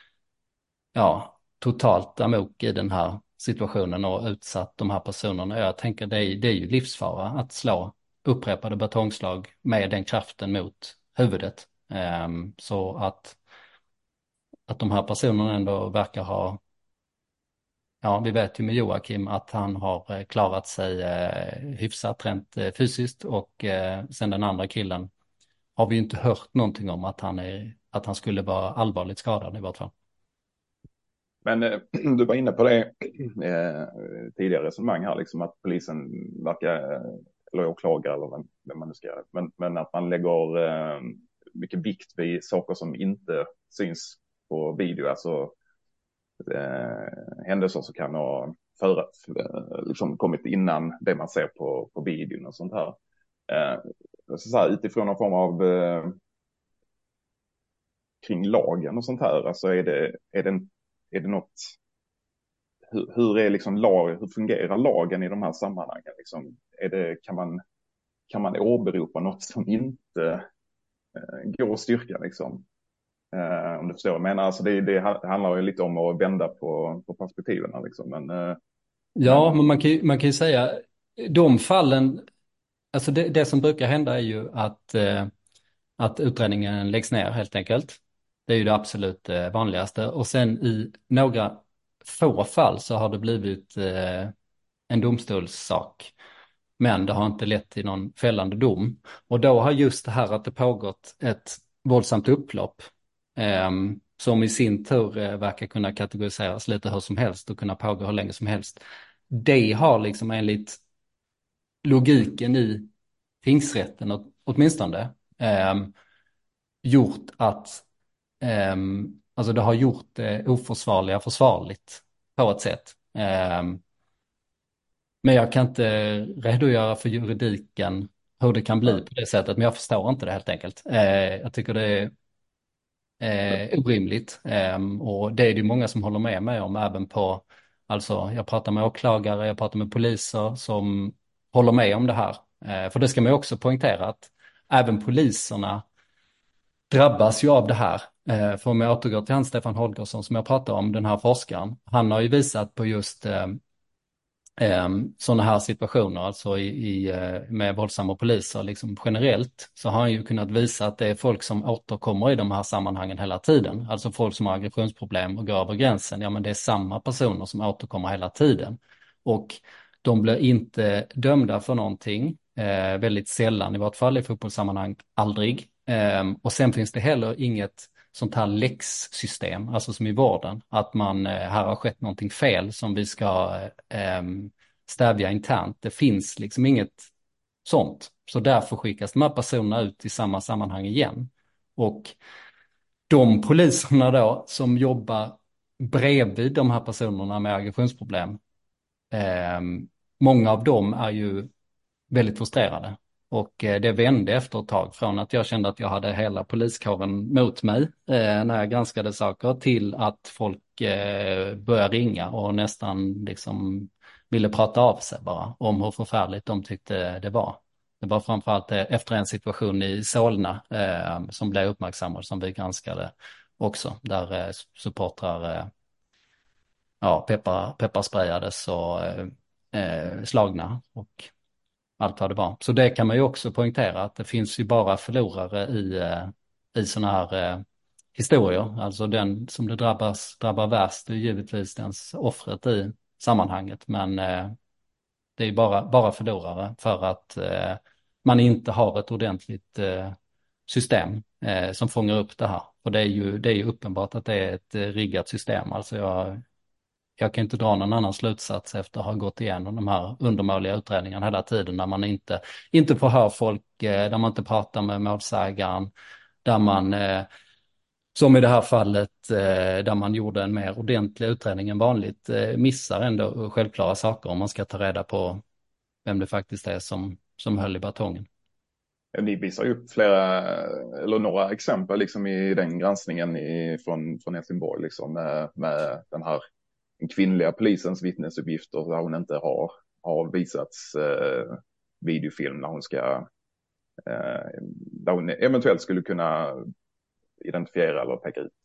totalt amok i den här situationen och utsatt de här personerna. Jag tänker det är ju livsfara att slå upprepade batongslag med den kraften mot huvudet. Så att de här personerna ändå verkar ha, vi vet ju med Joakim att han har klarat sig hyfsat rent fysiskt, och sen den andra killen har vi ju inte hört någonting om att han skulle vara allvarligt skadad i vart fall. Men du var inne på det tidigare resonemang här, liksom att polisen verkar, eller åklagare eller vem man nu ska göra, men att man lägger mycket vikt vid saker som inte syns på video, alltså händelser som kan ha liksom kommit innan det man ser på videon och sånt här. Så här, utifrån någon form av kring lagen och sånt här, alltså är det något, hur är liksom hur fungerar lagen i de här sammanhangen liksom? kan man åberopa något som inte går att styrka liksom. Om du förstår vad jag menar. Alltså det handlar ju lite om att vända på perspektiven liksom. Ja, men man kan ju säga de fallen, alltså det som brukar hända är ju att utredningen läggs ner helt enkelt. Det är ju det absolut vanligaste. Och sen i några få fall så har det blivit en domstolssak. Men det har inte lett till någon fällande dom. Och då har just det här att det pågått ett våldsamt upplopp som i sin tur verkar kunna kategoriseras lite hur som helst och kunna pågå hur länge som helst. Det har liksom enligt logiken i tingsrätten åtminstone gjort att alltså det har gjort det oförsvarliga försvarligt på ett sätt. Men jag kan inte redogöra för juridiken hur det kan bli på det sättet, men jag förstår inte det helt enkelt. Jag tycker det är orimligt och det är det ju många som håller med mig om, även på, alltså jag pratar med åklagare, jag pratar med poliser som håller med om det här. För det ska man ju också poängtera att även poliserna drabbas ju av det här. För om jag återgår till han Stefan Holgersson som jag pratade om, den här forskaren, han har ju visat på just sådana här situationer, alltså med våldsamma poliser liksom generellt, så har han ju kunnat visa att det är folk som återkommer i de här sammanhangen hela tiden. Alltså folk som har aggressionsproblem och går över gränsen, ja men det är samma personer som återkommer hela tiden. Och de blir inte dömda för någonting, väldigt sällan, i vart fall i fotbollssammanhang, aldrig. Och sen finns det heller inget sånt här läxsystem, alltså som i vården, att man, här har skett någonting fel som vi ska stävja internt. Det finns liksom inget sånt. Så därför skickas de här personerna ut i samma sammanhang igen. Och de poliserna då som jobbar bredvid de här personerna med aggressionsproblem, många av dem är ju väldigt frustrerade. Och det vände efter ett tag från att jag kände att jag hade hela poliskåren mot mig när jag granskade saker, till att folk började ringa och nästan liksom ville prata av sig bara om hur förfärligt de tyckte det var. Det var framförallt efter en situation i Solna som blev uppmärksammad, som vi granskade också, där supportrar pepparsprayades och slagna och allt vad det var. Så det kan man ju också poängtera, att det finns ju bara förlorare i sådana här historier. Alltså den som det drabbar värst är givetvis dens offret i sammanhanget. Men det är ju bara förlorare för att man inte har ett ordentligt system som fångar upp det här. Och det är ju uppenbart att det är ett riggat system. Alltså jag kan inte dra någon annan slutsats efter att ha gått igenom de här undermåliga utredningarna hela tiden, när man inte förhör folk, där man inte pratar med målsägaren, där man, som i det här fallet, där man gjorde en mer ordentlig utredning än vanligt, missar ändå självklara saker om man ska ta reda på vem det faktiskt är som höll i batongen. Ni visar upp flera, eller några exempel liksom i den granskningen från Helsingborg liksom, med den här den kvinnliga polisens vittnesuppgifter där hon inte har visats videofilm när hon ska där hon eventuellt skulle kunna identifiera eller peka ut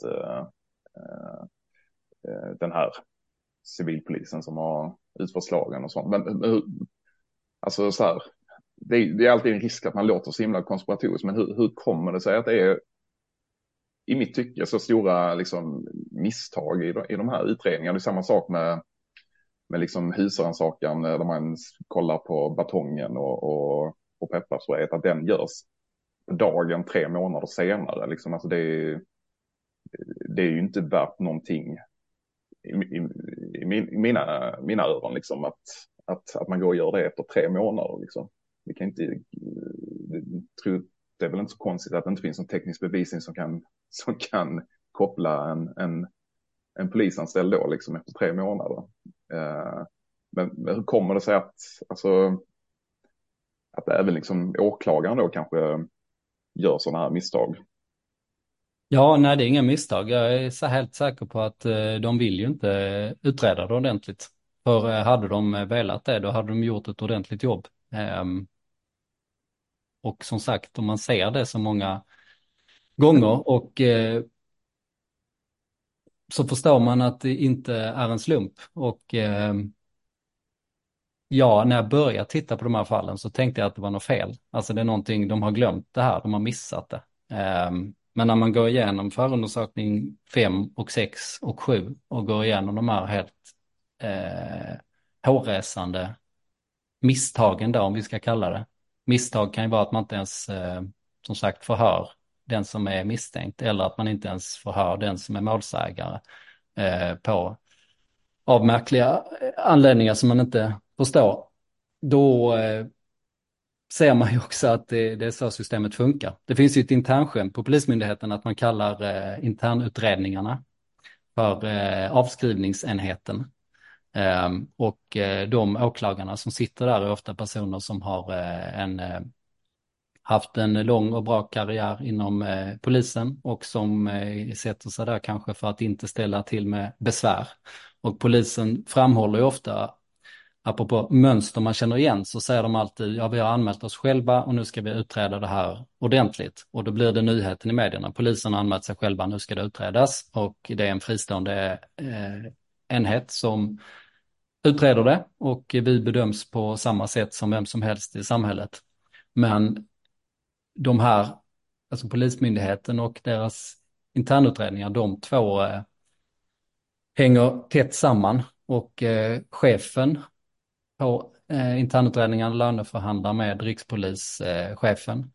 den här civilpolisen som har utfört slagen och sånt. Men alltså så här, det är alltid en risk att man låter så himla konspiratoriskt, men hur kommer det sig att det är, i mitt tycke, så stora liksom misstag i de här utredningarna? Det är samma sak med liksom husrannsakan där man kollar på batongen och pepparsprayet, att den görs på dagen 3 månader senare. Liksom, alltså det är ju inte värt någonting i mina öron liksom, att man går och gör det efter 3 månader. Liksom. Vi kan inte det är väl inte så konstigt att det inte finns någon teknisk bevisning som kan koppla en polisanställd då liksom efter 3 månader. Men hur kommer det sig att även liksom åklagaren då kanske gör sådana här misstag? Ja, nej, det är inga misstag. Jag är så helt säker på att de vill ju inte utreda det ordentligt. För hade de velat det, då hade de gjort ett ordentligt jobb. Och som sagt, om man ser det så många gånger och så förstår man att det inte är en slump. Och ja, när jag började titta på de här fallen så tänkte jag att det var något fel. Alltså det är någonting, de har glömt det här, de har missat det. Men när man går igenom förundersökning 5 och 6 och 7 och går igenom de här helt hårresande misstagen då, om vi ska kalla det. Misstag kan ju vara att man inte ens, som sagt, förhör den som är misstänkt eller att man inte ens förhör den som är målsägare av märkliga anledningar som man inte förstår. Då ser man ju också att det är så systemet funkar. Det finns ju ett internskämt på Polismyndigheten att man kallar internutredningarna för avskrivningsenheten. Och de åklagarna som sitter där är ofta personer som har haft en lång och bra karriär inom polisen och som sätter sig där kanske för att inte ställa till med besvär. Och polisen framhåller ju ofta, apropå mönster man känner igen, så säger de alltid, ja vi har anmält oss själva och nu ska vi utreda det här ordentligt. Och då blir det nyheten i medierna. Polisen har anmält sig själva, nu ska det utredas. Och det är en fristående enhet som utreder det och vi bedöms på samma sätt som vem som helst i samhället. Men de här, alltså Polismyndigheten och deras internutredningar, de två hänger tätt samman och chefen på internutredningarna löneförhandlar med rikspolischefen.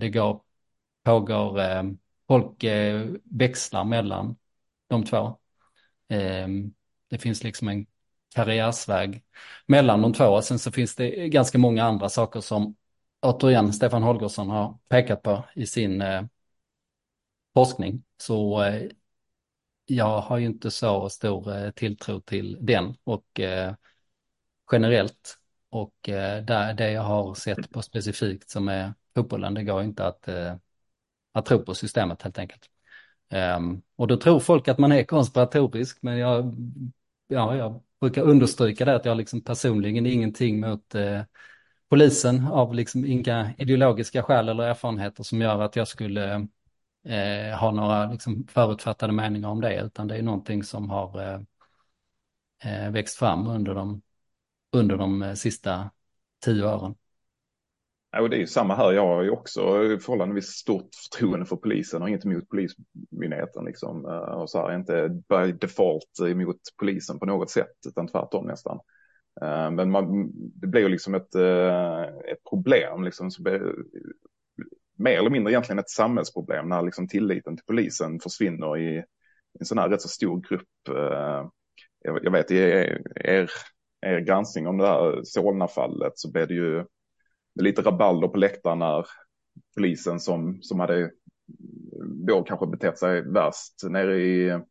Pågår, folk växlar mellan de två. Det finns liksom en karriärsväg mellan de två. Och sen så finns det ganska många andra saker som återigen Stefan Holgersson har pekat på i sin forskning. Så jag har ju inte så stor tilltro till den och generellt. Och det jag har sett på specifikt som är fotbollen, det går inte att tro på systemet helt enkelt. Och då tror folk att man är konspiratorisk, men jag brukar understryka det att jag liksom personligen ingenting mot polisen av liksom inga ideologiska skäl eller erfarenheter som gör att jag skulle ha några liksom förutfattade meningar om det, utan det är någonting som har växt fram under de sista 10 åren. Ja, och det är ju samma här. Jag har ju också förhållandevis stort förtroende för polisen och inget emot polismyndigheten liksom. Och så här, inte by default emot polisen på något sätt, utan tvärtom nästan. Men det blir ju liksom ett problem liksom, som mer eller mindre egentligen ett samhällsproblem när liksom tilliten till polisen försvinner i en sån här rätt så stor grupp. Jag vet i er granskning om det här Solna-fallet så blev det ju lite rabalder på läktaren när polisen som hade då kanske betett sig värst nere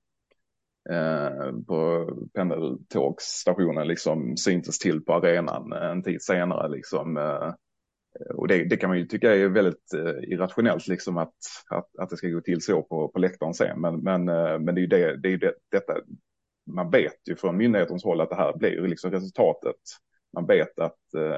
på pendeltågsstationen liksom syntes till på arenan en tid senare liksom. Och det kan man ju tycka är väldigt irrationellt liksom att det ska gå till så på läktaren sen. Men det är ju detta. Man vet ju från myndighetens håll att det här blir ju liksom resultatet. Man vet att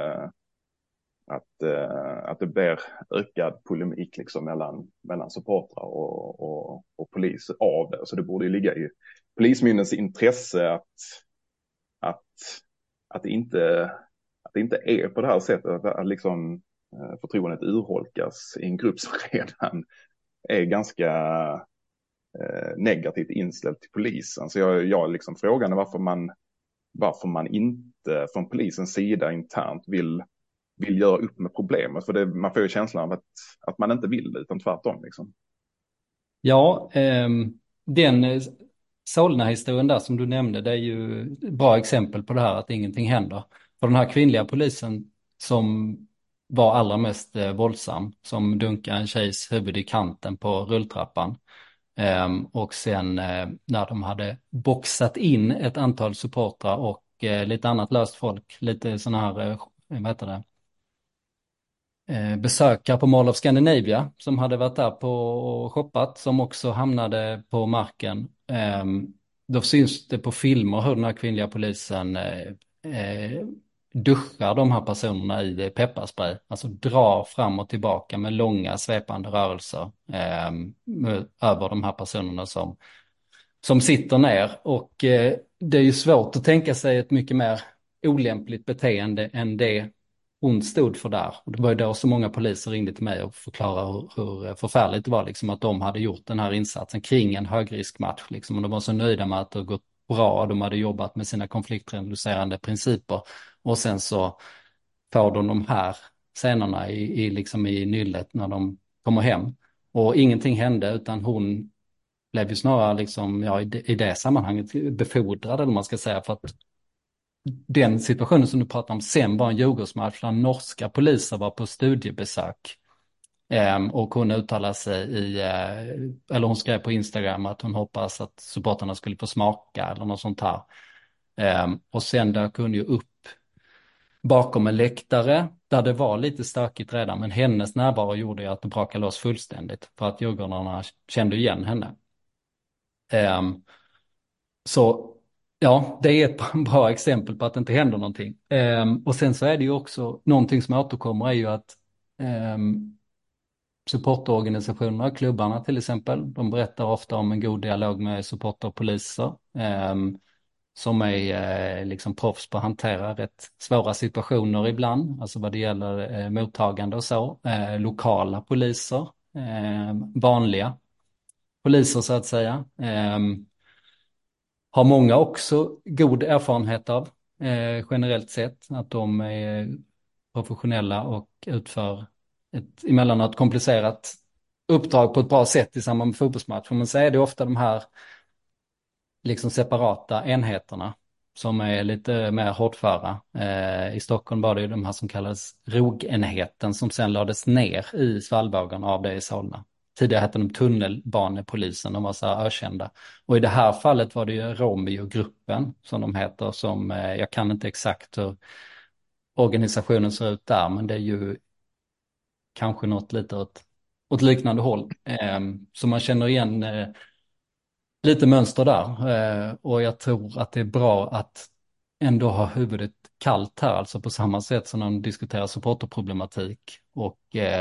det blir ökad polemik liksom mellan supportrar och polis av det. Så det borde ju ligga i polismyndighetens intresse att det inte är på det här sättet att liksom förtroendet urholkas i en grupp som redan är ganska negativt inställd till polisen. Så jag liksom frågan är varför man inte från polisens sida internt vill göra upp med problemet. För man får ju känslan av att man inte vill, utan tvärtom liksom. Ja, den Solna-historien där som du nämnde, det är ju ett bra exempel på det här att ingenting händer. För den här kvinnliga polisen som var allra mest våldsam, som dunkade en tjejs huvud i kanten på rulltrappan. Och sen när de hade boxat in ett antal supportrar och lite annat löst folk, lite sådana här, vad heter det? Besökare på Mall of Scandinavia som hade varit där och shoppat, som också hamnade på marken. Då syns det på filmer hur den här kvinnliga polisen duschar de här personerna i pepparspray. Alltså drar fram och tillbaka med långa svepande rörelser över de här personerna som sitter ner. Och det är ju svårt att tänka sig ett mycket mer olämpligt beteende än det hon stod för där. Och det var ju då så många poliser ringde till mig och förklarade hur förfärligt det var liksom att de hade gjort den här insatsen kring en högriskmatch liksom. Och de var så nöjda med att det gått bra, de hade jobbat med sina konfliktreducerande principer. Och sen så får de här scenerna liksom i nyllet när de kommer hem. Och ingenting hände utan hon blev ju snarare liksom, ja, i det sammanhanget befordrad eller man ska säga, för att den situationen som du pratar om sen var en Djurgårdsmatch där norska poliser var på studiebesök och hon uttalade sig eller hon skrev på Instagram att hon hoppas att supporterna skulle få smaka eller något sånt här. Och sen dök hon ju upp bakom en läktare där det var lite stökigt redan, men hennes närvaro gjorde ju att det brakade loss fullständigt för att djurgårdarna kände igen henne. Så ja, det är ett bra exempel på att det inte händer någonting. Och sen så är det ju också någonting som återkommer är ju att supporterorganisationerna, klubbarna till exempel, de berättar ofta om en god dialog med supporterpoliser som är liksom proffs på att hantera rätt svåra situationer ibland, alltså vad det gäller mottagande och så. Lokala poliser, vanliga poliser så att säga. Har många också god erfarenhet av generellt sett, att de är professionella och utför ett emellanåt komplicerat uppdrag på ett bra sätt i samband med fotbollsmatcher. Men så är det ofta de här liksom separata enheterna som är lite mer hårdföra. I Stockholm var det ju de här som kallades rogenheten som sen lades ner i svallvågen av det i Solna. Tidigare hette de tunnelbanepolisen, de var så här ökända. Och i det här fallet var det ju Romeo-gruppen som de heter, som jag kan inte exakt hur organisationen ser ut där, men det är ju kanske något lite åt liknande håll. Så man känner igen lite mönster där. Och jag tror att det är bra att ändå ha huvudet kallt här, alltså på samma sätt som när man diskuterar supporterproblematik och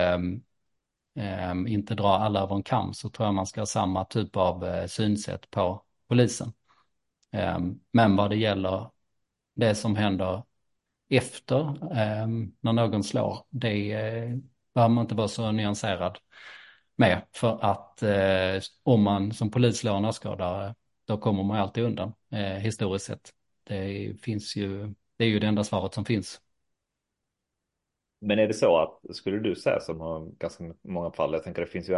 inte dra alla över en kam, så tror jag man ska ha samma typ av synsätt på polisen. Men vad det gäller det som händer efter när någon slår, det behöver man inte vara så nyanserad med, för att om man som polis slår en åskådare, då kommer man alltid undan historiskt sett. Det är ju det enda svaret som finns. Men är det så att, skulle du säga, som har ganska många fall, jag tänker det finns ju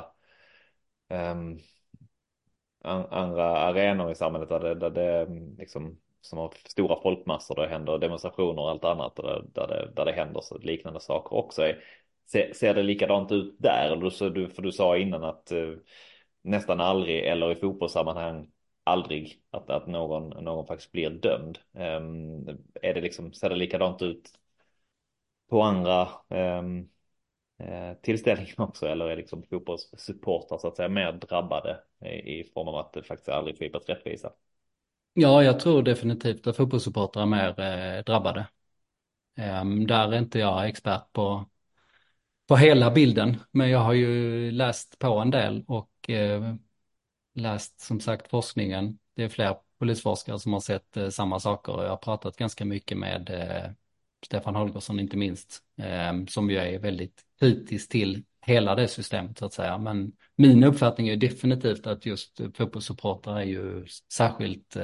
andra arenor i samhället där det liksom, som har stora folkmassor, där det händer demonstrationer och allt annat, där det händer så liknande saker också. Ser det likadant ut där? Eller för du sa innan att nästan aldrig, eller i fotbollssammanhang aldrig, att någon faktiskt blir dömd. Är det liksom, ser det likadant ut på andra tillställningar också, eller är liksom fotbollssupportrar så att säga mer drabbade i form av att det faktiskt aldrig skipas rättvisa? Ja, jag tror definitivt att fotbollssupportrar är mer drabbade. Där är inte jag expert på hela bilden, men jag har ju läst på en del och läst som sagt forskningen. Det är fler polisforskare som har sett samma saker, och jag har pratat ganska mycket med Stefan Holgersson inte minst, som ju är väldigt kritisk till hela det systemet så att säga. Men min uppfattning är definitivt att just fotbollssupportrar är ju särskilt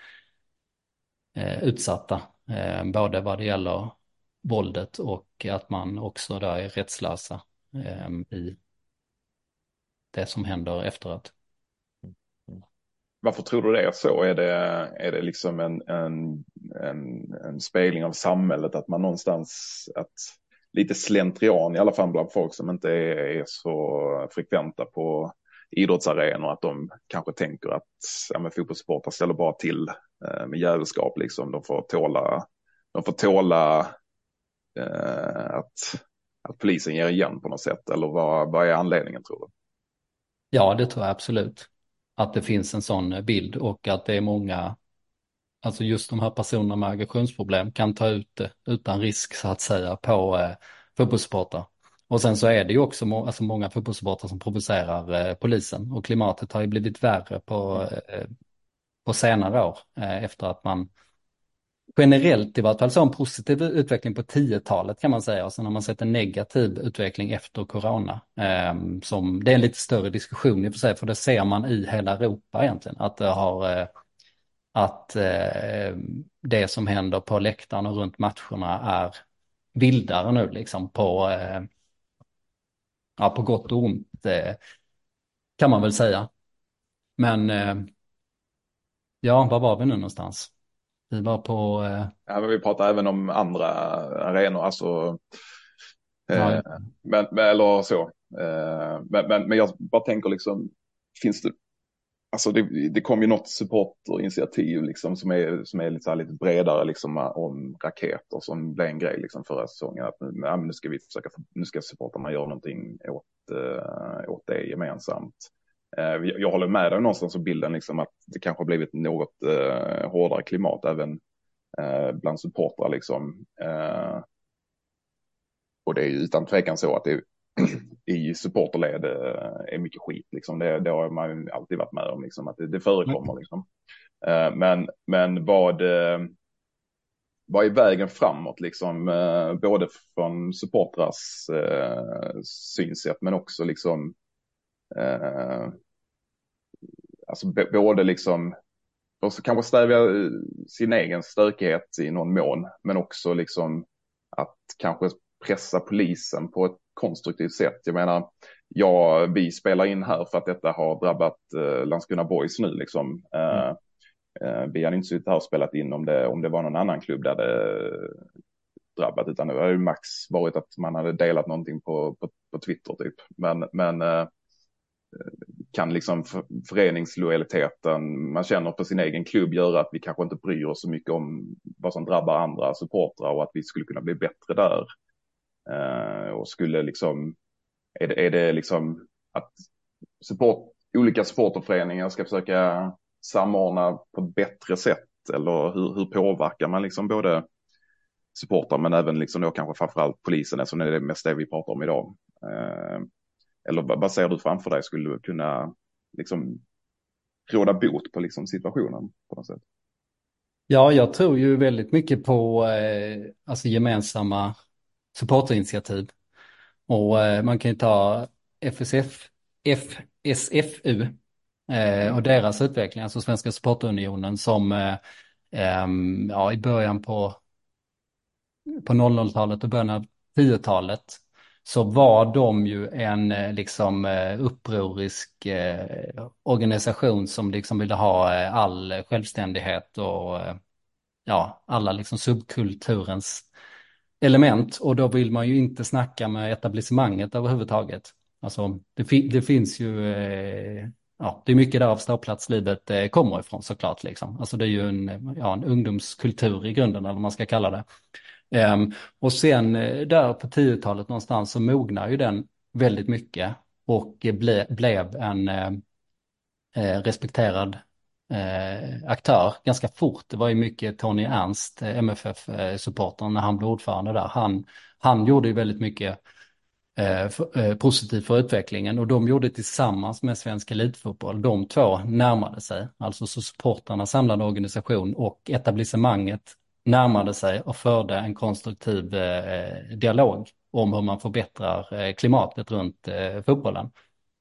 utsatta, både vad det gäller våldet och att man också där är rättslösa i det som händer efteråt. Varför tror du det är så? Är det liksom en spegling av samhället, att man någonstans, att lite slentrian i alla fall bland folk som inte är så frekventa på idrottsarenor, att de kanske tänker att fotbollssportare ställer bara till med jävelskap liksom. De får tåla att polisen ger igen på något sätt, eller vad är anledningen, tror du? Ja, det tror jag absolut. Att det finns en sån bild och att det är många alltså just de här personerna med aggressionsproblem kan ta ut det utan risk så att säga på fotbollssupportrar. Och sen så är det ju också alltså många fotbollssupportrar som provocerar polisen, och klimatet har ju blivit värre på senare år efter att man generellt i vart fall så en positiv utveckling på 10-talet kan man säga, och sen har man sett en negativ utveckling efter corona. Det är en lite större diskussion i och för sig, för det ser man i hela Europa egentligen, att det har det som händer på läktaren och runt matcherna är vildare nu liksom på gott och ont kan man väl säga. Men ja, var var vi nu någonstans? Vi var på... Ja, men vi pratar även om andra arenor, alltså, Ja. eller så. Men jag bara tänker liksom, finns det, alltså det kom ju något supporterinitiativ liksom som är lite, så här, lite bredare liksom om raketer som blev en grej liksom förra säsongen, att nu ska vi nu ska supportarna göra någonting åt det gemensamt. Jag håller med dig någonstans om bilden liksom att det kanske har blivit något hårdare klimat även bland supportrar liksom. Och det är ju utan tvekan så att det i supporterled är mycket skit liksom. Det har man ju alltid varit med om liksom, att det förekommer liksom. Men vad är vägen framåt liksom, både från supportrars synsätt men också liksom alltså både liksom och så kanske stävja sin egen stökighet i någon mån, men också liksom att kanske pressa polisen på ett konstruktivt sätt. Jag menar, vi spelar in här för att detta har drabbat Landskrona Boys nu liksom. Vi hade inte suttit här och spelat in om det var någon annan klubb där det drabbat, utan det hade ju max varit att man hade delat någonting på Twitter typ. Men kan liksom föreningslojaliteten man känner på sin egen klubb göra att vi kanske inte bryr oss så mycket om vad som drabbar andra supportrar, och att vi skulle kunna bli bättre där. Och skulle liksom, är det liksom att olika supporterföreningar ska försöka samordna på ett bättre sätt, eller hur påverkar man liksom både supportrar men även liksom då kanske framförallt polisen, eftersom det är det mest det vi pratar om idag. Eller vad ser du framför dig skulle kunna liksom råda bot på liksom situationen på något sätt? Ja, jag tror ju väldigt mycket på alltså gemensamma supporterinitiativ. Och man kan ju ta FSFU och deras utveckling, alltså Svenska Supportunionen, som i början på 00-talet och början av 10-talet så var de ju en liksom upprorisk organisation som liksom ville ha all självständighet och alla liksom subkulturens element, och då vill man ju inte snacka med etablissemanget överhuvudtaget. Alltså det finns ju, det är mycket där av ståplatslivet kommer ifrån såklart liksom. Alltså det är ju en ungdomskultur i grunden, eller vad man ska kalla det. Och sen där på 10-talet någonstans så mognar ju den väldigt mycket och blev en respekterad aktör ganska fort. Det var ju mycket Tony Ernst, MFF-supportern, när han blev ordförande där. Han gjorde ju väldigt mycket positivt för utvecklingen, och de gjorde tillsammans med Svensk Elitfotboll. De två närmade sig, alltså så supportarna samlade organisation och etablissemanget närmade sig och förde en konstruktiv dialog om hur man förbättrar klimatet runt fotbollen.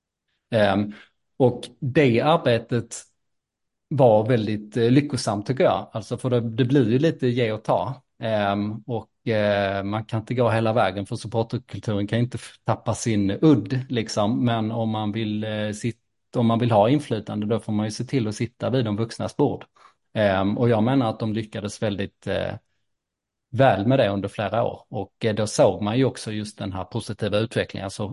Och det arbetet var väldigt lyckosamt tycker jag. Alltså för det blir ju lite ge och ta. Man kan inte gå hela vägen, för supporterkulturen kan inte tappa sin udd liksom. Men om man vill ha inflytande, då får man ju se till att sitta vid de vuxnas bord. Och jag menar att de lyckades väldigt väl med det under flera år. Och då såg man ju också just den här positiva utvecklingen. Alltså,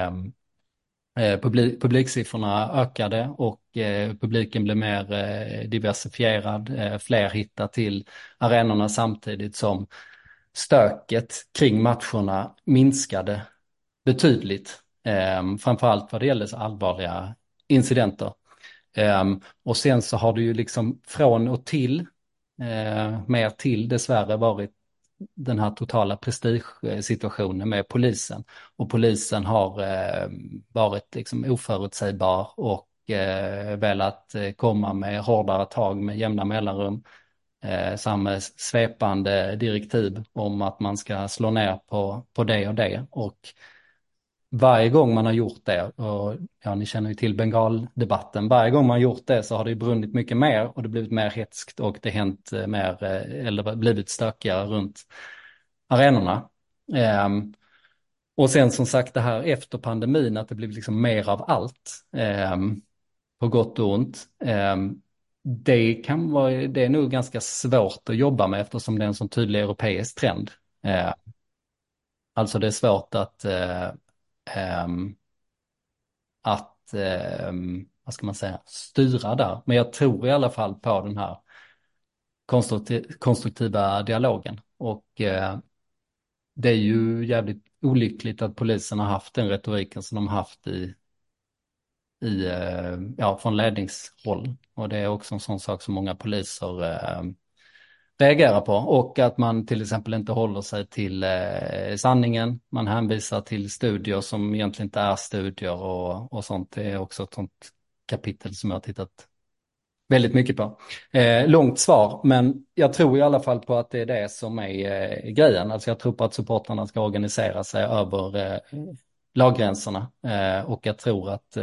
publiksiffrorna ökade och publiken blev mer diversifierad. Fler hittade till arenorna samtidigt som stöket kring matcherna minskade betydligt. Framförallt vad det gäller så allvarliga incidenter. Och sen så har det ju liksom från och till mer till dessvärre varit den här totala prestigesituationen med polisen. Och polisen har varit liksom oförutsägbar och velat komma med hårdare tag med jämna mellanrum. Samma svepande direktiv om att man ska slå ner på det och det. Och varje gång man har gjort det, och ja, ni känner ju till bengaldebatten, varje gång man har gjort det så har det brunnit mycket mer och det blivit mer hetskt och det hänt mer, eller blivit stökigare runt arenorna. Och sen som sagt det här efter pandemin, att det blivit liksom mer av allt, på gott och ont. Det är nog ganska svårt att jobba med eftersom det är en sån tydlig europeisk trend. Alltså det är svårt vad ska man säga, styra där. Men jag tror i alla fall på den här konstruktiva dialogen. Och det är ju jävligt olyckligt att polisen har haft den retoriken som de haft från ledningshåll. Och det är också en sån sak som många poliser reagerar på. Och att man till exempel inte håller sig till sanningen. Man hänvisar till studier som egentligen inte är studier och sånt. Det är också ett sånt kapitel som jag har tittat väldigt mycket på. Långt svar, men jag tror i alla fall på att det är det som är grejen. Alltså jag tror på att supportarna ska organisera sig över laggränserna. Och jag tror att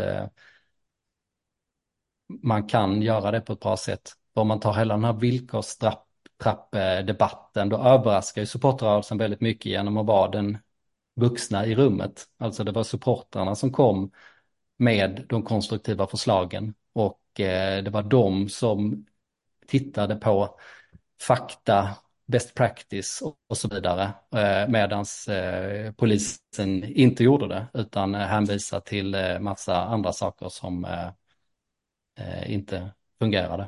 man kan göra det på ett bra sätt. Om man tar hela den här villkorstrappdebatten, då överraskar ju supportrörelsen väldigt mycket genom att vara den vuxna i rummet. Alltså det var supportrarna som kom med de konstruktiva förslagen och det var de som tittade på fakta, best practice och så vidare, medan polisen inte gjorde det utan hänvisade till massa andra saker som inte fungerade.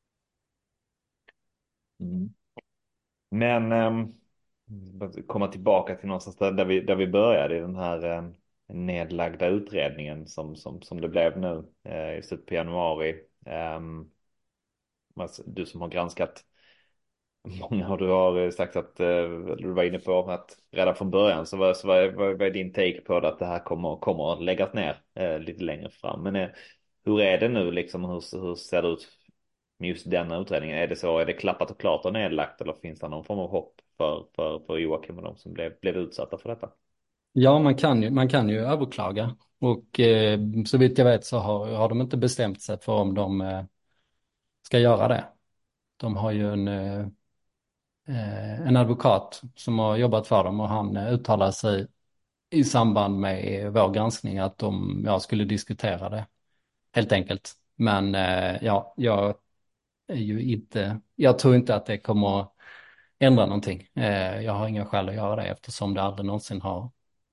Mm. Men komma tillbaka till någonstans där vi började i den här nedlagda utredningen som det blev nu i slutet på januari. Du som har granskat många och du har sagt att du var inne på att redan från början så vad är din take på det, att det här kommer att läggas ner lite längre fram. Men hur är det nu liksom, hur ser det ut med just denna utredningen? Är det klappat och klart och nedlagt eller finns det någon form av hopp för Joakim och de som blev utsatta för detta? Ja, man kan ju överklaga och så vitt jag vet så har de inte bestämt sig för om de ska göra det. De har ju en advokat som har jobbat för dem och han uttalar sig i samband med vår granskning att jag skulle diskutera det helt enkelt. Men jag tror inte att det kommer att ändra någonting. Jag har inga skäl att göra det eftersom det aldrig någonsin har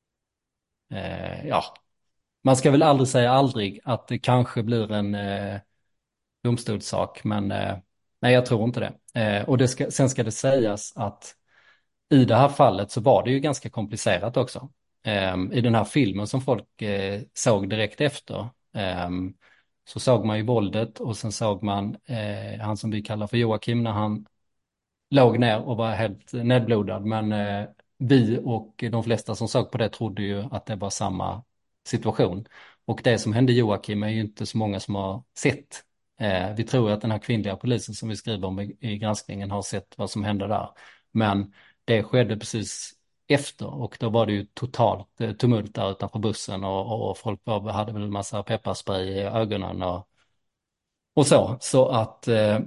man ska väl aldrig säga aldrig att det kanske blir en domstolssak, men nej, jag tror inte det. Och sen ska det sägas att i det här fallet så var det ju ganska komplicerat också. I den här filmen som folk såg direkt efter så såg man ju våldet och sen såg man han som vi kallar för Joakim när han låg ner och var helt nedblodad. Men vi och de flesta som såg på det trodde ju att det var samma situation. Och det som hände Joakim är ju inte så många som har sett. Vi tror att den här kvinnliga polisen som vi skriver om i granskningen har sett vad som hände där. Men det skedde precis efter och då var det ju totalt tumult där utanför bussen och folk hade väl en massa pepparspray i ögonen och så. Så att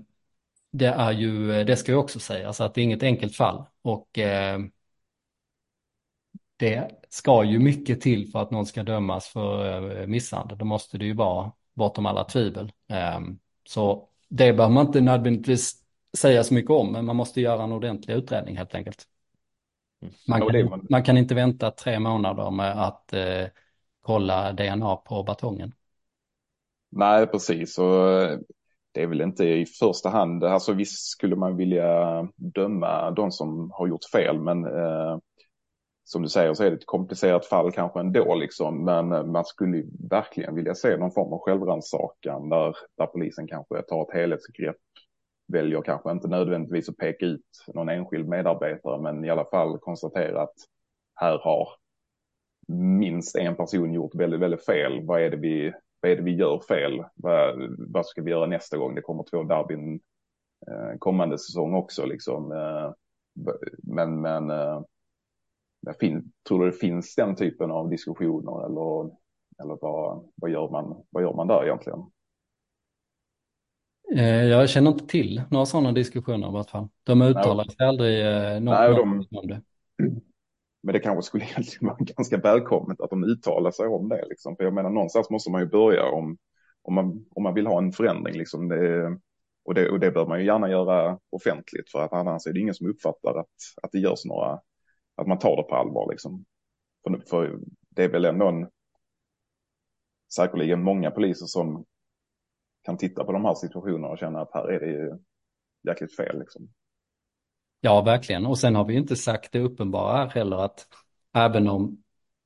det ska ju också sägas att det är inget enkelt fall och det ska ju mycket till för att någon ska dömas för misshandel. Då måste det ju vara bortom alla tvivel. Så det behöver man inte nödvändigtvis säga så mycket om, men man måste göra en ordentlig utredning helt enkelt. Man kan inte vänta 3 månader med att kolla DNA på batongen. Nej, precis. Och det är väl inte i första hand, alltså visst skulle man vilja döma de som har gjort fel, men som du säger så är det ett komplicerat fall kanske ändå liksom, men man skulle verkligen vilja se någon form av självrannsakan där polisen kanske tar ett helhetsgrepp väljer kanske inte nödvändigtvis att peka ut någon enskild medarbetare, men i alla fall konstatera att här har minst en person gjort väldigt, väldigt fel. Vad är det vi gör fel? Vad ska vi göra nästa gång? Det kommer 2 derbyn kommande säsong också liksom. Men tror du det finns den typen av diskussioner eller vad gör man där egentligen? Jag känner inte till några sådana diskussioner i vart fall. De uttalar sig aldrig någonting om det. Men det kanske skulle egentligen vara ganska välkommet att de uttalar sig om det. Liksom. För jag menar, någonstans måste man ju börja om man vill ha en förändring. Liksom. Och det bör man ju gärna göra offentligt, för att annars är det ingen som uppfattar att det görs att man tar det på allvar. Liksom. För det är väl ändå säkerligen många poliser som kan titta på de här situationerna och känna att här är det ju jäkligt fel. Liksom. Ja, verkligen. Och sen har vi ju inte sagt det uppenbara här heller, att även om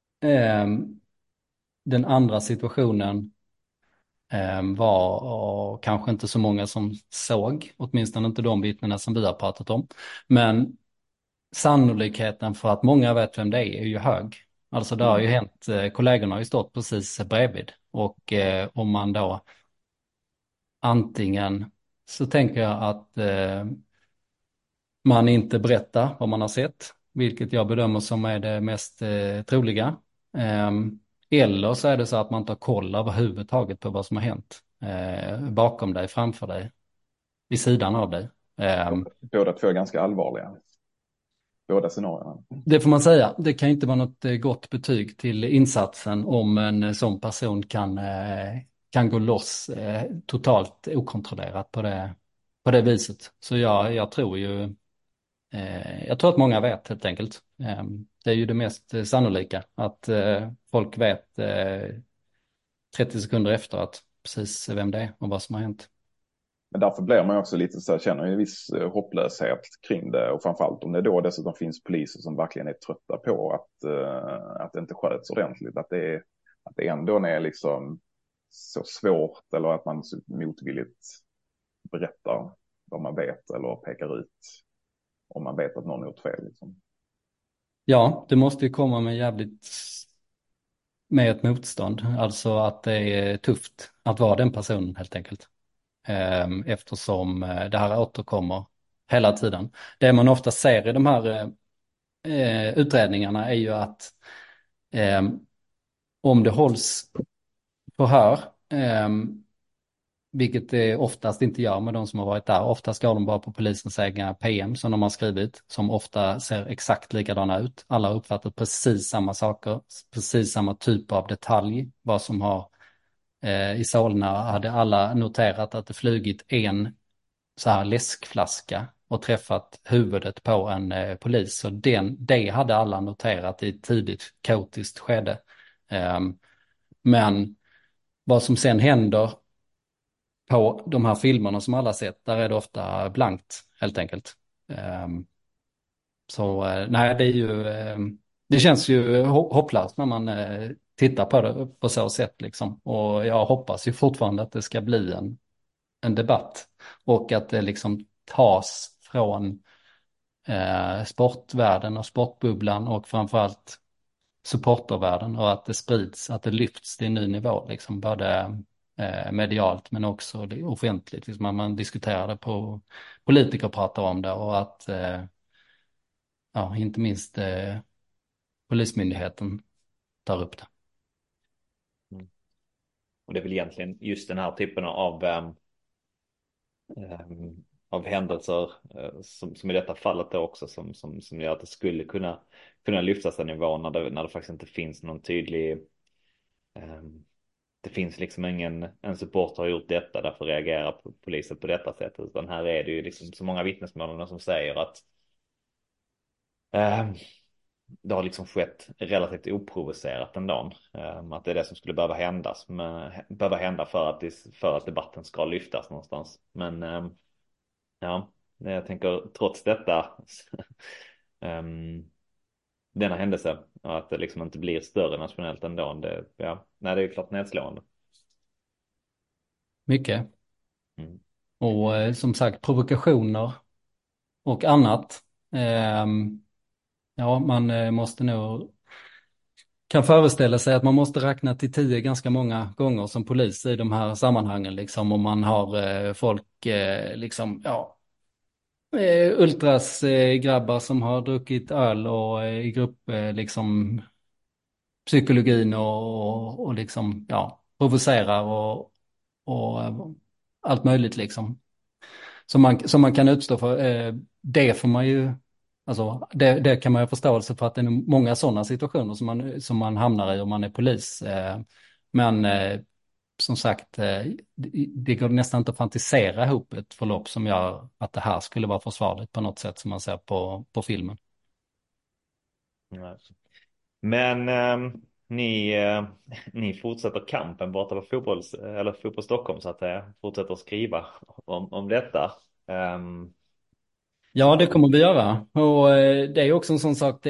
den andra situationen var och kanske inte så många som såg, åtminstone inte de vittnena som vi har pratat om. Men sannolikheten för att många vet vem det är ju hög. Alltså det har ju hänt, kollegorna har ju stått precis bredvid. Och om man då antingen så tänker jag att man inte berättar vad man har sett, vilket jag bedömer som är det mest troliga. Eller så är det så att man tar koll överhuvudtaget på vad som har hänt bakom dig, framför dig, vid sidan av dig. Båda två är ganska allvarliga. Båda scenarierna. Det får man säga. Det kan inte vara något gott betyg till insatsen om en sån person kan gå loss totalt okontrollerat på det viset. Så jag tror att många vet helt enkelt. Det är ju det mest sannolika att folk vet 30 sekunder efter att precis vem det är och vad som har hänt. Men därför blir man också lite så här, känner en viss hopplöshet kring det, och framförallt om det då dessutom finns poliser som verkligen är trötta på att det inte sköts ordentligt, att det ändå är liksom så svårt, eller att man motvilligt berättar vad man vet eller pekar ut om man vet att någon har gjort fel. Liksom. Ja, det måste ju komma med ett motstånd, alltså att det är tufft att vara den personen helt enkelt. Eftersom det här återkommer hela tiden. Det man ofta ser i de här utredningarna är ju att om det hålls förhör, vilket det oftast inte gör med de som har varit där, ofta ska de bara på polisens egna PM som de har skrivit, som ofta ser exakt likadana ut. Alla har uppfattat precis samma saker, precis samma typ av detalj, vad som har i Solna hade alla noterat att det flugit en så här läskflaska och träffat huvudet på en polis. Så det hade alla noterat i ett tidigt kaotiskt skede. Men vad som sen händer på de här filmerna som alla sett, där är det ofta blankt helt enkelt. Så nej, det känns ju hopplöst när man tittar på det på så sätt liksom. Och jag hoppas ju fortfarande att det ska bli en debatt och att det liksom tas från sportvärlden och sportbubblan och framförallt supportervärlden, och att det sprids, att det lyfts till en ny nivå liksom, både medialt men också offentligt, liksom, man diskuterar det på, politiker pratar om det, och att inte minst Polismyndigheten tar upp det. Och det är väl egentligen just den här typen av händelser som i detta fallet då också som gör att det skulle kunna lyftas den nivån när det faktiskt inte finns någon tydlig det finns liksom en supporter har gjort detta, därför reagerar polisen på detta sätt, utan här är det ju liksom så många vittnesmål som säger att det har liksom skett relativt oprovocerat ändå. Att det är det som skulle behöva hända för att debatten ska lyftas någonstans. Men ja, jag tänker trots detta denna händelse, att det liksom inte blir större nationellt ändå. Det är ju klart nedslående. Mycket. Och som sagt, provokationer och annat. Ja, man måste nog, kan föreställa sig att man måste räkna till 10 ganska många gånger som polis i de här sammanhangen liksom. Om man har folk liksom, ja, ultras grabbar som har druckit öl och i grupp liksom psykologin och liksom, ja, provocerar och allt möjligt liksom. Som man kan utstå för. Det får man ju, alltså det kan man ju ha förståelse för att det är många sådana situationer som man hamnar i om man är polis. Men som sagt, det går nästan inte att fantisera ihop ett förlopp som gör att det här skulle vara försvarligt på något sätt som man ser på filmen. Men ni fortsätter kampen borta på fotboll Stockholm, så att säga. Fortsätter skriva om detta. Ja, det kommer vi göra. Och det är också en sån sak,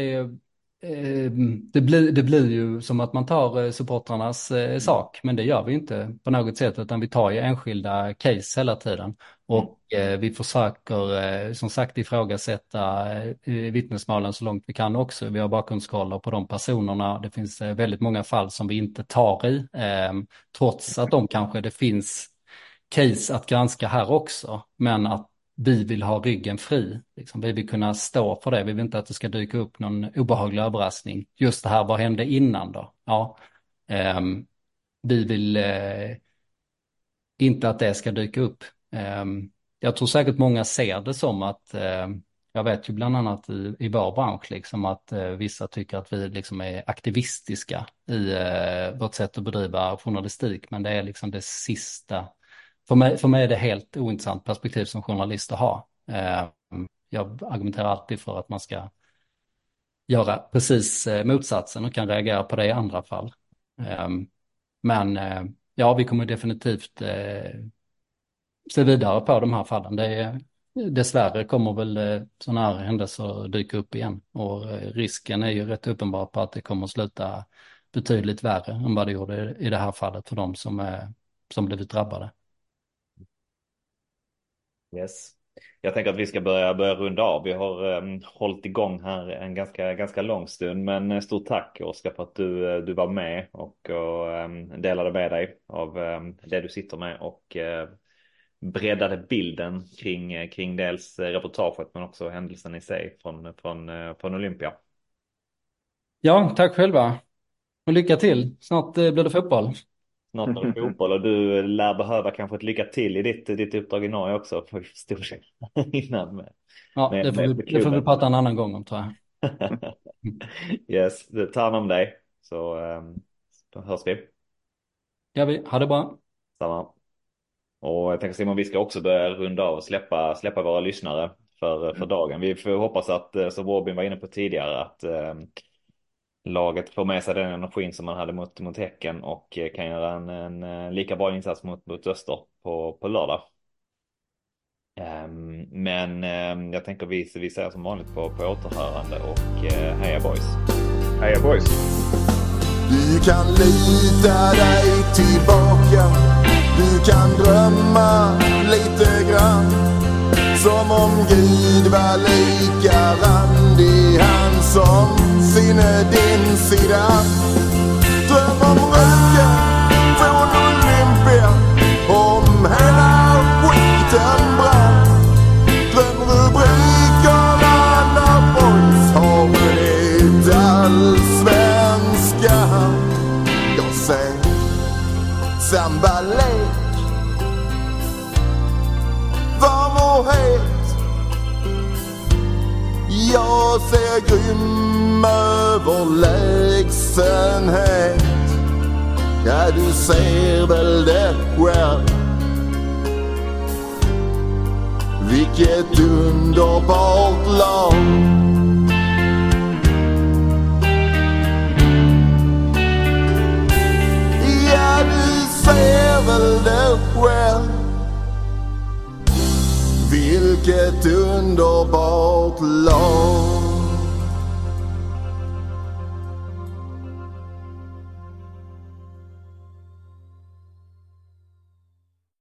det blir ju som att man tar supportrarnas sak, men det gör vi inte på något sätt, utan vi tar ju enskilda case hela tiden. Och vi försöker som sagt ifrågasätta vittnesmålen så långt vi kan också. Vi har bakgrundskollar på de personerna. Det finns väldigt många fall som vi inte tar i, trots att det finns case att granska här också, men att vi vill ha ryggen fri. Liksom. Vi vill kunna stå för det. Vi vill inte att det ska dyka upp någon obehaglig överraskning. Just det här, vad hände innan då? Ja. Vi vill inte att det ska dyka upp. Jag tror säkert många ser det som att, jag vet ju bland annat i vår bransch, liksom, att vissa tycker att vi liksom är aktivistiska i vårt sätt att bedriva journalistik. Men det är liksom det sista. För mig är det helt ointressant perspektiv som journalist att ha. Jag argumenterar alltid för att man ska göra precis motsatsen och kan reagera på det i andra fall. Men ja, vi kommer definitivt se vidare på de här fallen. Dessvärre kommer väl sådana här händelser dyka upp igen. Och risken är ju rätt uppenbar på att det kommer att sluta betydligt värre än vad det gjorde i det här fallet för de som blivit drabbade. Yes. Jag tänker att vi ska börja runda av. Vi har hållit igång här en ganska lång stund, men stort tack Oskar för att du var med och delade med dig av det du sitter med och breddade bilden kring dels reportaget men också händelsen i sig från Olympia. Ja, tack själva. Och lycka till. Snart blir det fotboll. Snart är det fotboll och du lär behöva kanske ett lycka till i ditt uppdrag i Norge också. För innan med, ja, det får vi prata en annan gång om, tror jag. Yes, ta hand om dig. Så hörs vi. Ja, ha det bra. Samma. Och jag tänker Simon, vi ska också börja runda av och släppa våra lyssnare för dagen. Vi får hoppas att, som Robin var inne på tidigare, att laget får med sig den energin som man hade mot Häcken och kan göra en lika bra insats mot Öster på lördag. Men jag tänker vi säger som vanligt på återhörande och heja boys. Heja boys. Du kan lita dig tillbaka. Du kan drömma lite grann. Som om Gud var lika randig, han som sinne din sida. Dröm om röken från Olympia, om hela skiten brann. Dröm rubrikerna när boys har vunnit allsvenskan. Jag ser sambalek, varm och het. Jag ser grym överlägsenhet. Ja, du ser väl det själv. Vilket underbart lag. Ja, du ser väl det själv. Vilket underbart lag.